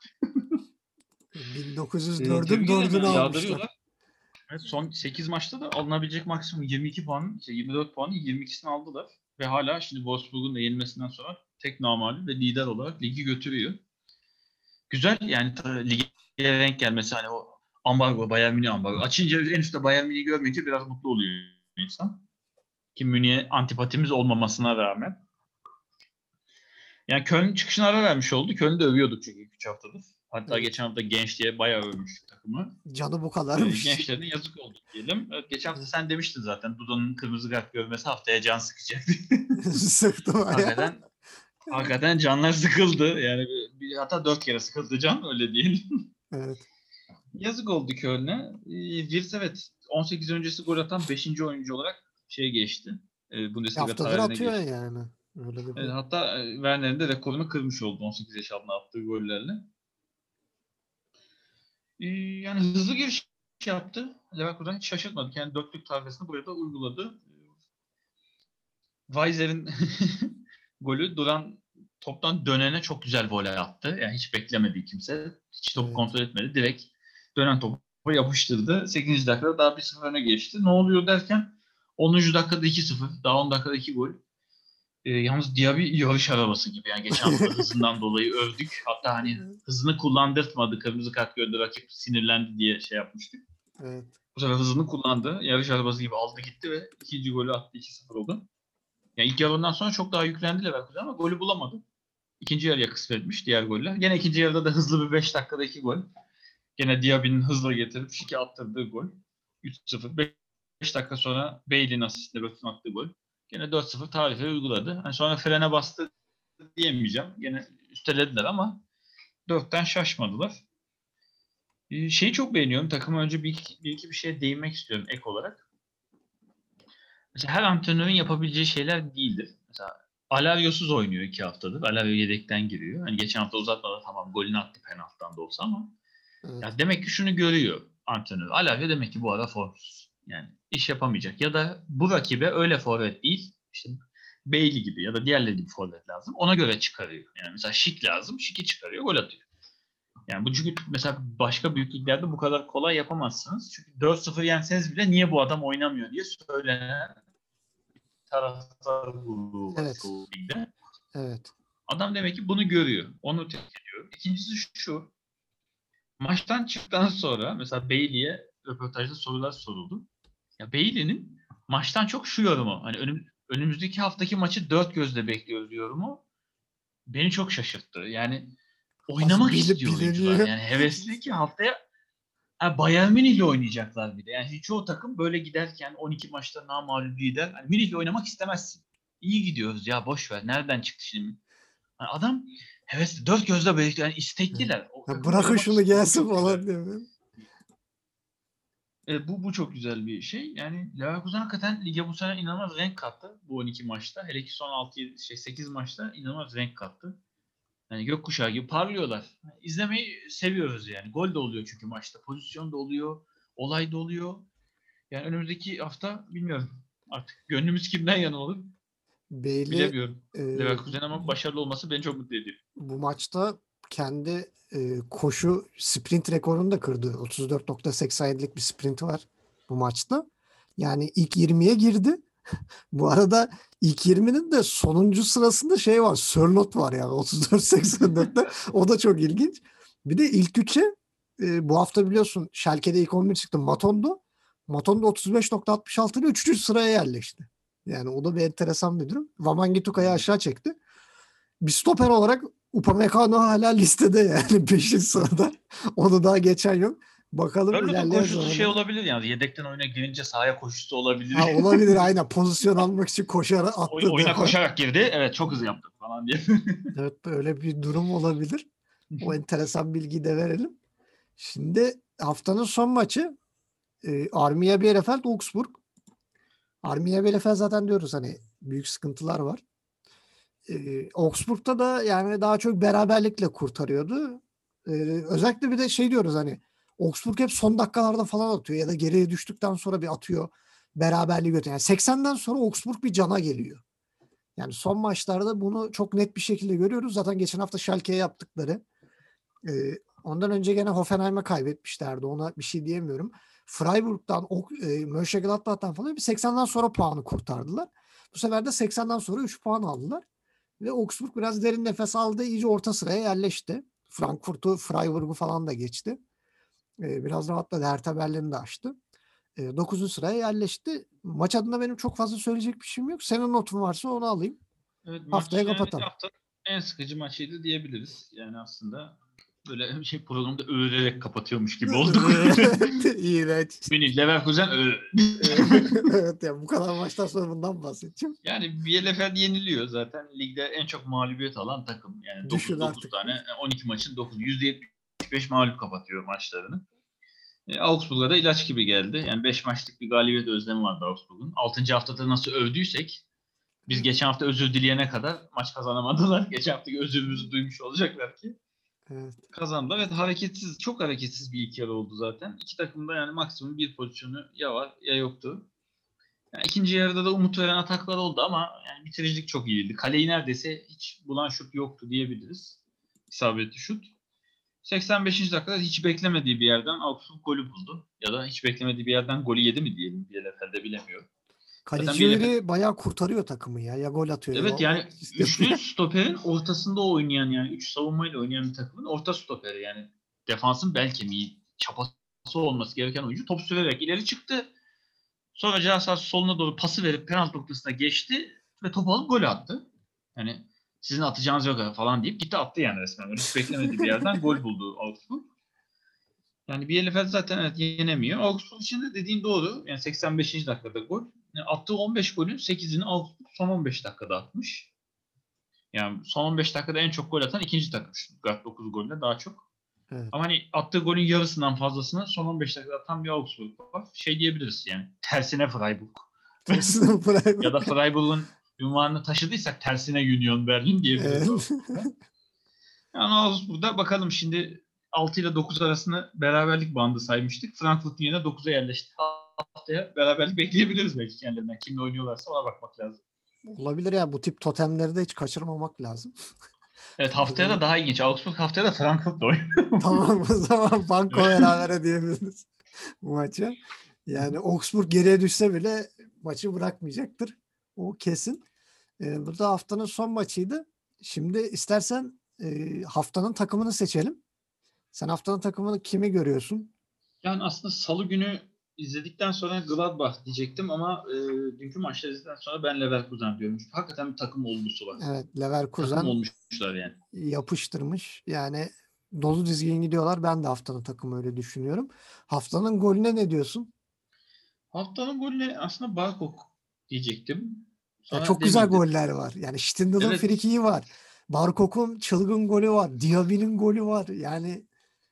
1904'ün Tebrik ederim 4'ünü yani almışlar. yağdırıyorlar. Evet, son 8 maçta da alınabilecek maksimum 22 puan, 24 puanı 22'sini aldılar. Ve hala şimdi Wolfsburg'un da yenilmesinden sonra tek namağlup ve lider olarak ligi götürüyor. Güzel yani lige renk gelmesi hani o ambargo, Bayern Münih ambargo. Açınca en üstte Bayern Münih'i görmeyince biraz mutlu oluyor insan. Ki Münih'e antipatimiz olmamasına rağmen. Yani Köln çıkışına ara vermiş oldu. Köln'ü de övüyorduk çünkü 3 haftadır. Hatta Evet. geçen hafta Genç diye bayağı övmüştük takımı. Canı bu kadarmış. Gençlerine yazık oldu diyelim. Evet, geçen hafta sen demiştin zaten Dudo'nun kırmızı kart görmesi haftaya can sıkacak. Sıktı bayağı. hakikaten canlar sıkıldı. Yani hatta 4 kere sıkıldı can öyle diyelim. Evet. Yazık oldu Köln'e. Wirtz evet 18 öncesi gol atan 5. oyuncu olarak geçti. Bir Bundesliga haftadır tarihine atıyor geçti. yani. Öyle de bir. Hatta Werner'in de rekorunu kırmış oldu 18 yaş altına attığı gollerle. Yani hızlı giriş yaptı. Leverkusen hiç şaşırtmadı. Kendi dörtlük tarifesini buraya da uyguladı. Weiser'in golü duran toptan dönene çok güzel voley attı. Yani hiç beklemedi kimse. Hiç topu Evet. kontrol etmedi. Direkt dönen topu yapıştırdı. 8. dakikada daha 1-0 öne geçti. Ne oluyor derken 10. dakikada 2-0. Daha 10 dakikada 2 gol. Yalnız Diaby yarış arabası gibi. Yani geçen hafta hızından dolayı övdük. Hatta hani hızını kullandırtmadı. Kırmızı kart gördü. Rakip sinirlendi diye şey yapmıştık. Evet. Bu sefer hızını kullandı. Yarış arabası gibi aldı gitti ve ikinci golü attı. 2-0 oldu. Yani ilk yarıdan sonra çok daha yüklendi Leverkusen ama golü bulamadı. İkinci yarıya kısmetmiş diğer goller. Gene ikinci yarıda da hızlı bir 5 dakikada 2 gol. Gene Diaby'nin hızla getirip şike attırdığı gol. 3-0. 5 dakika sonra Bale'in asistle Röt'ün attığı gol. Gene 4-0 tarife uyguladı. Yani sonra frene bastı diyemeyeceğim. Gene üstelediler ama 4'ten şaşmadılar. Şeyi çok beğeniyorum. Takıma önce bir iki şeye değinmek istiyorum ek olarak. Mesela her antrenörün yapabileceği şeyler değildir. Mesela Alaryosuz oynuyor 2 haftadır. Alaryo yedekten giriyor. Hani geçen hafta uzatmada tamam golünü attı penaltıdan da olsa ama Evet. ya demek ki şunu görüyor antrenör. Alaryo demek ki bu ara formsuz. Yani iş yapamayacak. Ya da bu rakibe öyle forvet değil. İşte Bailey gibi ya da diğerleri gibi forvet lazım. Ona göre çıkarıyor. Yani mesela Şik lazım. Şik'i çıkarıyor. Gol atıyor. Yani bu çünkü mesela başka büyük liglerde bu kadar kolay yapamazsınız. Çünkü 4-0 yenseniz bile niye bu adam oynamıyor diye söylenen taraftar grubu var Evet. çoğu ligde. Evet. Adam demek ki bunu görüyor. Onu tepki ediyor. İkincisi şu. Maçtan çıktıktan sonra mesela Bailey'e röportajda sorular soruldu. Ya Bailey'nin maçtan çok şu yorumu. Hani önümüzdeki haftaki maçı dört gözle bekliyoruz yorumu. Beni çok şaşırttı. Yani Nasıl oynamak istiyor oyuncular. biliniyor? Yani hevesli ki haftaya Bayern Münih'le oynayacaklar bir de. Yani çoğu takım böyle giderken 12 maçta namağlup lider. Hani Münih'le oynamak istemezsin. İyi gidiyoruz ya boş ver. Nereden çıktı şimdi? Yani adam hevesli. Dört gözle bekliyor. Yani istekliler. O Ya takım bırakın oynamak şunu istiyor. Bu gelsin çok güzel. falan diye. Bu çok güzel bir şey. Yani Leverkusen hakikaten lige bu sene inanılmaz renk kattı bu 12 maçta. Hele ki son 8 maçta inanılmaz renk kattı. Yani gökkuşağı gibi parlıyorlar. İzlemeyi seviyoruz yani. Gol de oluyor çünkü maçta. Pozisyon da oluyor. Olay da oluyor. Yani önümüzdeki hafta bilmiyorum. Artık gönlümüz kimden yana olur Bailey bilemiyorum. e, Leverkusen ama başarılı olması beni çok mutlu ediyor. bu maçta kendi koşu sprint rekorunu da kırdı. 34.87'lik bir sprinti var bu maçta. Yani ilk 20'ye girdi. Bu arada ilk 20'nin de sonuncu sırasında şey var. Sörloth var yani 34.84'te. O da çok ilginç. Bir de ilk 3'e bu hafta biliyorsun Schalke'de ilk 11 çıktı. Matondo. Matondo 35.66 ile 3. sıraya yerleşti. Yani o da bir enteresan bir durum. Wamangitu'yu aşağı çekti. Bir stoper olarak Upamecano hala listede yani 5. sırada. Onu daha geçen yok. Bakalım Öyle de ilerleyen koşusu şey zamanlarda. olabilir yani. Yedekten oyuna girince sahaya koşusu olabilir. Ha, olabilir, aynen, pozisyon almak için koşar attı Oyuna defa. koşarak girdi. Evet çok hızlı yaptı falan diye. Evet, böyle bir durum olabilir. O enteresan bilgiyi de verelim. Şimdi haftanın son maçı Armiya Bielefeld Augsburg. Armiya Bielefeld zaten diyoruz hani büyük sıkıntılar var. Augsburg'da da yani daha çok beraberlikle kurtarıyordu. Özellikle bir de şey diyoruz hani Augsburg hep son dakikalarda falan atıyor ya da geriye düştükten sonra bir atıyor, beraberliği götürüyor. Yani 80'den sonra Augsburg bir cana geliyor. Yani son maçlarda bunu çok net bir şekilde görüyoruz. Zaten geçen hafta Schalke'ye yaptıkları. Ondan önce gene Hoffenheim'e kaybetmişlerdi. Ona bir şey diyemiyorum. Freiburg'dan, Mönchengladbach'tan falan bir 80'den sonra puanı kurtardılar. Bu sefer de 80'den sonra 3 puan aldılar. Ve Augsburg biraz derin nefes aldı. İyice orta sıraya yerleşti. Frankfurt'u, Freiburg'u falan da geçti. Biraz rahatladı. Hertha Berlin'i de aştı. 9. sıraya yerleşti. Maç adına benim çok fazla söyleyecek bir şeyim yok. Senin notun varsa onu alayım. Evet Haftaya maç yani kapatalım. haftanın en sıkıcı maçıydı diyebiliriz. Yani aslında böyle şey programda övülerek kapatıyormuş gibi olduk. İğrenç. Münih Leverkusen Evet ya, bu kadar maçtan sonra bundan bahsedeceğim. yani Bielefeld yeniliyor zaten. Ligde en çok mağlubiyet alan takım. Yani Düşün 9 artık. tane 12 maçın 9 %75 mağlup kapatıyor maçlarını. Augsburg'a da ilaç gibi geldi. Yani 5 maçlık bir galibiyet özlemi vardı Augsburg'un. 6. haftada nasıl övdüysek biz Evet, geçen hafta özür dileyene kadar maç kazanamadılar. Geçen haftaki özürümüzü duymuş olacaklar ki evet. kazandılar. Evet hareketsiz, çok hareketsiz bir ilk yarı oldu zaten. İki takım da yani maksimum bir pozisyonu ya var ya yoktu. Yani ikinci yarıda da umut veren ataklar oldu ama yani bitiricilik çok iyiydi. Kaleyi neredeyse hiç bulan şut yoktu diyebiliriz. İsabetli şut. 85. dakikada hiç beklemediği bir yerden Augsburg golü buldu. Ya da hiç beklemediği bir yerden golü yedi mi diyelim Bielefeld'de bilemiyorum. Zaten Kaleci Bielefeld öyle bayağı kurtarıyor takımı ya. Ya gol atıyor ya evet yani asist yapıyor. üçlü stoperin ortasında oynayan yani üç savunmayla oynayan bir takımın orta stoperi yani defansın bel kemiği çapası olması gereken oyuncu top sürerek ileri çıktı. Sonra ceza sahası soluna doğru pası verip penaltı noktasına geçti ve topu alıp gol attı. Yani sizin atacağınız yok falan deyip gitti attı yani resmen. Hiç beklemediği bir yerden gol buldu Augsburg. Yani Bielefeld zaten evet yenemiyor. Augsburg için de dediğin doğru. Yani 85. dakikada gol. Yani attığı 15 golün 8'ini Augsburg son 15 dakikada atmış. Yani son 15 dakikada en çok gol atan ikinci takım Stuttgart 9 golle daha çok. Evet. Ama hani attığı golün yarısından fazlasını son 15 dakikada atan bir Augsburg var. Şey diyebiliriz yani tersine Freiburg. Tersine Ya da Freiburg. Freiburg'un ünvanını taşıdıysak tersine Union Berlin diyebiliriz Evet. Augsburg'a. Yani Augsburg'da bakalım şimdi 6 ile 9 arasını beraberlik bandı saymıştık. Frankfurt yine 9'a yerleşti. Haftaya beraberlik bekleyebiliriz belki kendilerinden. Kimle oynuyorlarsa ona bakmak lazım. Olabilir ya, bu tip totemleri de hiç kaçırmamak lazım. Evet O haftaya da zaman daha ilginç. Augsburg haftaya da Frankfurt'la oynuyor. tamam, o zaman banko berabere diyebiliriz bu maça. Yani Augsburg geriye düşse bile maçı bırakmayacaktır. O kesin. Bu da haftanın son maçıydı. Şimdi istersen haftanın takımını seçelim. Sen haftanın takımını kimi görüyorsun? Yani aslında Salı günü izledikten sonra Gladbach diyecektim ama dünkü maçları izledikten sonra ben Leverkusen diyorum. Çünkü hakikaten bir takım olgusu var. Evet, Takım Leverkusen olmuşlar yani. yapıştırmış. Yani dolu dizgin gidiyorlar. Ben de haftanın takımı öyle düşünüyorum. Haftanın golüne ne diyorsun? Haftanın golüne aslında Barkok diyecektim. Ya Sonra çok güzel demeyeyim dedim. goller var. Yani Stindl'ın Evet. frikiği var. Barkok'un çılgın golü var. Diaby'nin golü var. Yani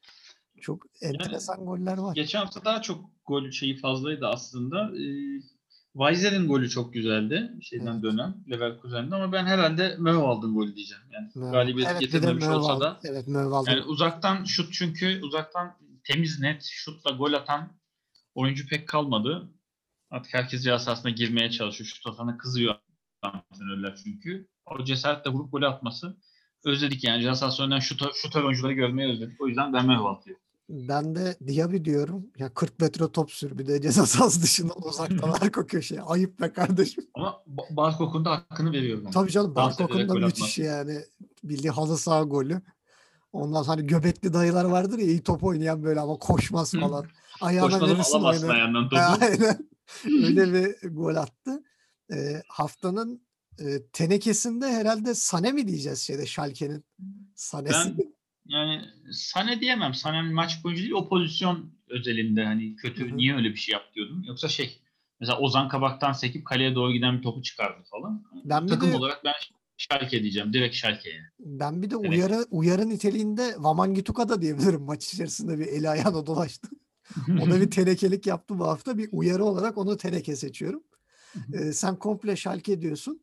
çok Yani enteresan goller var. geçen hafta daha çok gol şeyi fazlaydı aslında. Weiser'in golü çok güzeldi. Şeyden Evet. dönen Leverkusen'de ama ben herhalde Möwald'ın golü diyeceğim. Yani galibiyeti Evet, bir de getirmemiş olsa Möwald. da Evet, yani Möwald'ın uzaktan şut çünkü uzaktan temiz net şutla gol atan oyuncu pek kalmadı. Artık herkes ceza sahasına girmeye çalışıyor. Şut atana kızıyor antrenörler çünkü. O cesaretle vurup gol atması özledik yani. Ceza sahası önünden şutör oyuncuları görmeyi özledik. O yüzden ben Möwald diyorum. ben de Diaby diyorum. Ya 40 metre top sür, bir de ceza sahası dışından uzaktan arka köşeye. Ayıp be kardeşim. Ama Barkok'un da hakkını veriyorum ama. Tabii canım, Dans Barkok'un ederek da gol müthiş atması. yani. Bildiği halı saha golü. Ondan sonra hani göbekli dayılar vardır ya, iyi top oynayan böyle ama koşmaz falan. Ayağına Koşmadan verirsin alamazsın oynar. ayağından topu. Aynen. Öyle bir gol attı. Haftanın tenekesinde herhalde Sané mi diyeceğiz şeyde, Schalke'nin Sané'si. Ben yani Sané diyemem. Sané maç boyunca değil o pozisyon özelinde hani Hı kötü hı. niye öyle bir şey yap diyordum. Yoksa mesela Ozan Kabak'tan sekip kaleye doğru giden bir topu çıkardı falan. Ben bir Takım de olarak ben Schalke diyeceğim. Direkt Schalke'ye. ben bir de Direkt. uyarı niteliğinde Wamangituka da diyebilirim. Maç içerisinde bir eli ayağına dolaştı. O da bir tenekelik yaptı bu hafta. Bir uyarı olarak onu teneke seçiyorum. Sen komple Schalke diyorsun.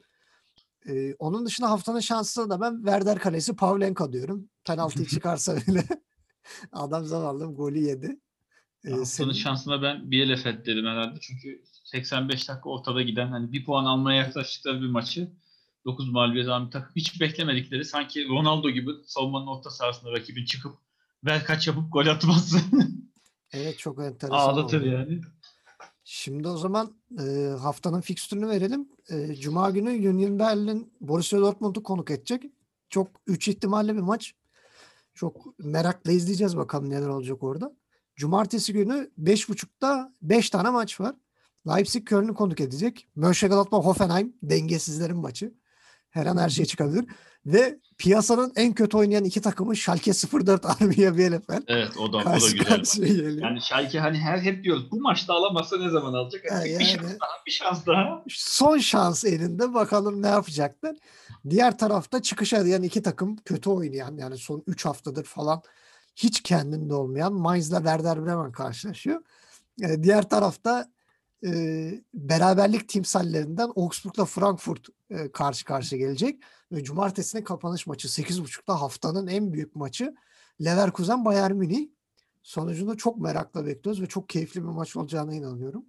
Onun dışında haftanın şansına da ben Werder kalesi Pavlenka diyorum. Penaltıyı çıkarsa bile adam zavallı golü yedi. Haftanın Senin şansına ben Bielefeld dedim herhalde. Çünkü 85 dakika ortada giden hani bir puan almaya yaklaştıkları bir maçı 9 mağlubiyet alan bir takım hiç beklemedikleri sanki Ronaldo gibi savunmanın orta sahasında rakibin çıkıp ver kaç yapıp gol atması evet çok enteresan ağlatır oldu. yani. Şimdi o zaman haftanın fikstürünü verelim. Cuma günü Union Berlin Borussia Dortmund'u konuk edecek. Çok 3 ihtimalle bir maç. Çok merakla izleyeceğiz bakalım neler olacak orada. Cumartesi günü 5.30'da 5 tane maç var. Leipzig Köln'ü konuk edecek. Mönchengladbach Hoffenheim dengesizlerin maçı. Her an her şey çıkabilir. Ve piyasanın en kötü oynayan iki takımı Schalke 04 Arminia Bielefeld Evet o da karşı güzel karşıya maç. geliyor. Yani Schalke hani hep diyoruz bu maçta alamazsa ne zaman alacak? Hani bir şans Yani daha bir şans daha. son şans elinde. Bakalım ne yapacaklar. Diğer tarafta çıkış arayan iki takım kötü oynayan yani son 3 haftadır falan hiç kendinde olmayan Mainz'la Werder Bremen karşılaşıyor. Diğer tarafta beraberlik timsallerinden Augsburg'la Frankfurt karşı karşıya gelecek. Ve cumartesine kapanış maçı 8.30'da haftanın en büyük maçı Leverkusen Bayern Münih. Sonucunu çok merakla bekliyoruz ve çok keyifli bir maç olacağına inanıyorum.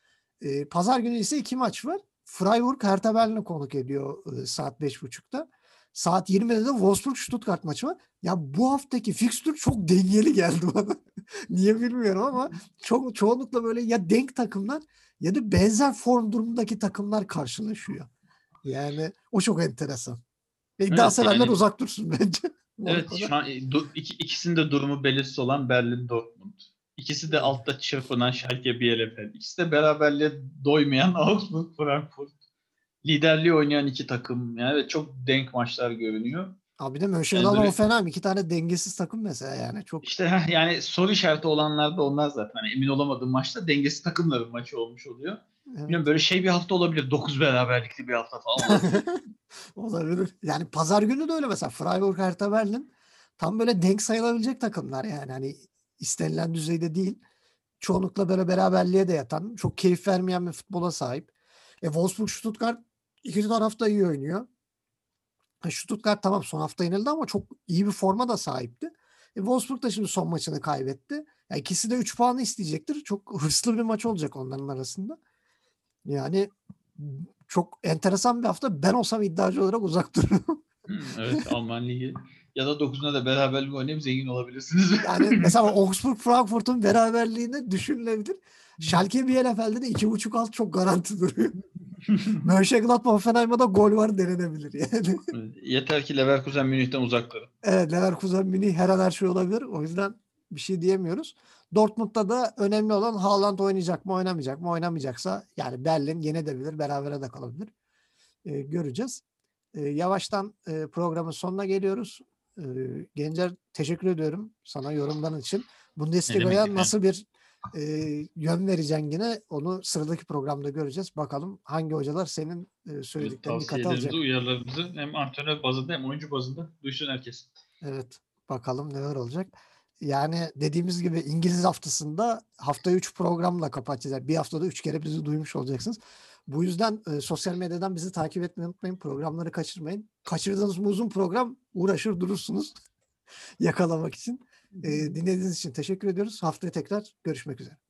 Pazar günü ise iki maç var. Freiburg Hertha Berlin'e konuk ediyor saat 5.30'da. Saat 20'de de Wolfsburg Stuttgart maçı var. Ya bu haftaki fikstür çok dengeli geldi bana. Niye bilmiyorum ama çoğunlukla böyle ya denk takımlar ya da benzer form durumundaki takımlar karşılaşıyor. Yani o çok enteresan. İddia Evet severler yani uzak dursun bence. evet Monaco'da. şu an ikisinin de durumu belirsiz olan Berlin Dortmund. İkisi de Evet. altta çırpınan Schalke Bielefeld. İkisi de beraberliğe doymayan Augsburg Frankfurt. Liderliği oynayan iki takım. Yani evet, çok denk maçlar görünüyor. Abi de Yani Mönchengladbach böyle Hoffenheim iki tane dengesiz takım mesela yani çok. işte yani soru işareti olanlar da onlar zaten. Hani emin olamadığım maçta dengesiz takımların maçı olmuş oluyor. Bilmiyorum Evet. böyle bir hafta olabilir. 9 beraberlikli bir hafta falan olabilir. Olabilir. Yani pazar günü de öyle mesela Freiburg Hertha Berlin tam böyle denk sayılabilecek takımlar yani hani istenilen düzeyde değil. Çoğunlukla böyle beraberliğe de yatan, çok keyif vermeyen bir futbola sahip. Wolfsburg Stuttgart iki tarafta iyi oynuyor. Stuttgart tamam son hafta yenildi ama çok iyi bir forma da sahipti. Wolfsburg da şimdi son maçını kaybetti. Yani ikisi de 3 puanı isteyecektir. Çok hırslı bir maç olacak onların arasında. Yani çok enteresan bir hafta. Ben olsam iddiacı olarak uzak dururum. Evet Alman Ligi. Ya da 9'una da beraberlik oynayıp zengin olabilirsiniz. Yani mesela Augsburg Frankfurt'un beraberliğini düşünülebilir. Schalke Bielefeld'de de 2.5 alt çok garanti duruyor. Mönchengladbach Hoffenheim'a da gol var denenebilir yani. Yeter ki Leverkusen Münih'ten uzak durun. Evet Leverkusen Münih her an her şey olabilir. O yüzden bir şey diyemiyoruz. Dortmund'da da önemli olan Haaland oynayacak mı oynamayacak mı oynamayacaksa yani Berlin yenebilir berabere de kalabilir. Göreceğiz. Yavaştan programın sonuna geliyoruz. Gencer teşekkür ediyorum sana yorumların için. Ne demek Bundesliga'ya efendim? nasıl bir e, yön vereceksin yine onu sıradaki programda göreceğiz. Bakalım hangi hocalar senin Evet, söylediklerini dikkate tavsiyelerimizi, alacak. uyarılarımızı hem antrenör bazında hem oyuncu bazında duysun herkes. Evet bakalım neler olacak. Yani dediğimiz gibi İngiliz haftasında haftaya 3 programla kapatacağız. Bir haftada 3 kere bizi duymuş olacaksınız. Bu yüzden sosyal medyadan bizi takip etmeyi unutmayın. Programları kaçırmayın. Kaçırdığınız bu uzun program uğraşır durursunuz yakalamak için. Dinlediğiniz için teşekkür ediyoruz. Haftaya tekrar görüşmek üzere.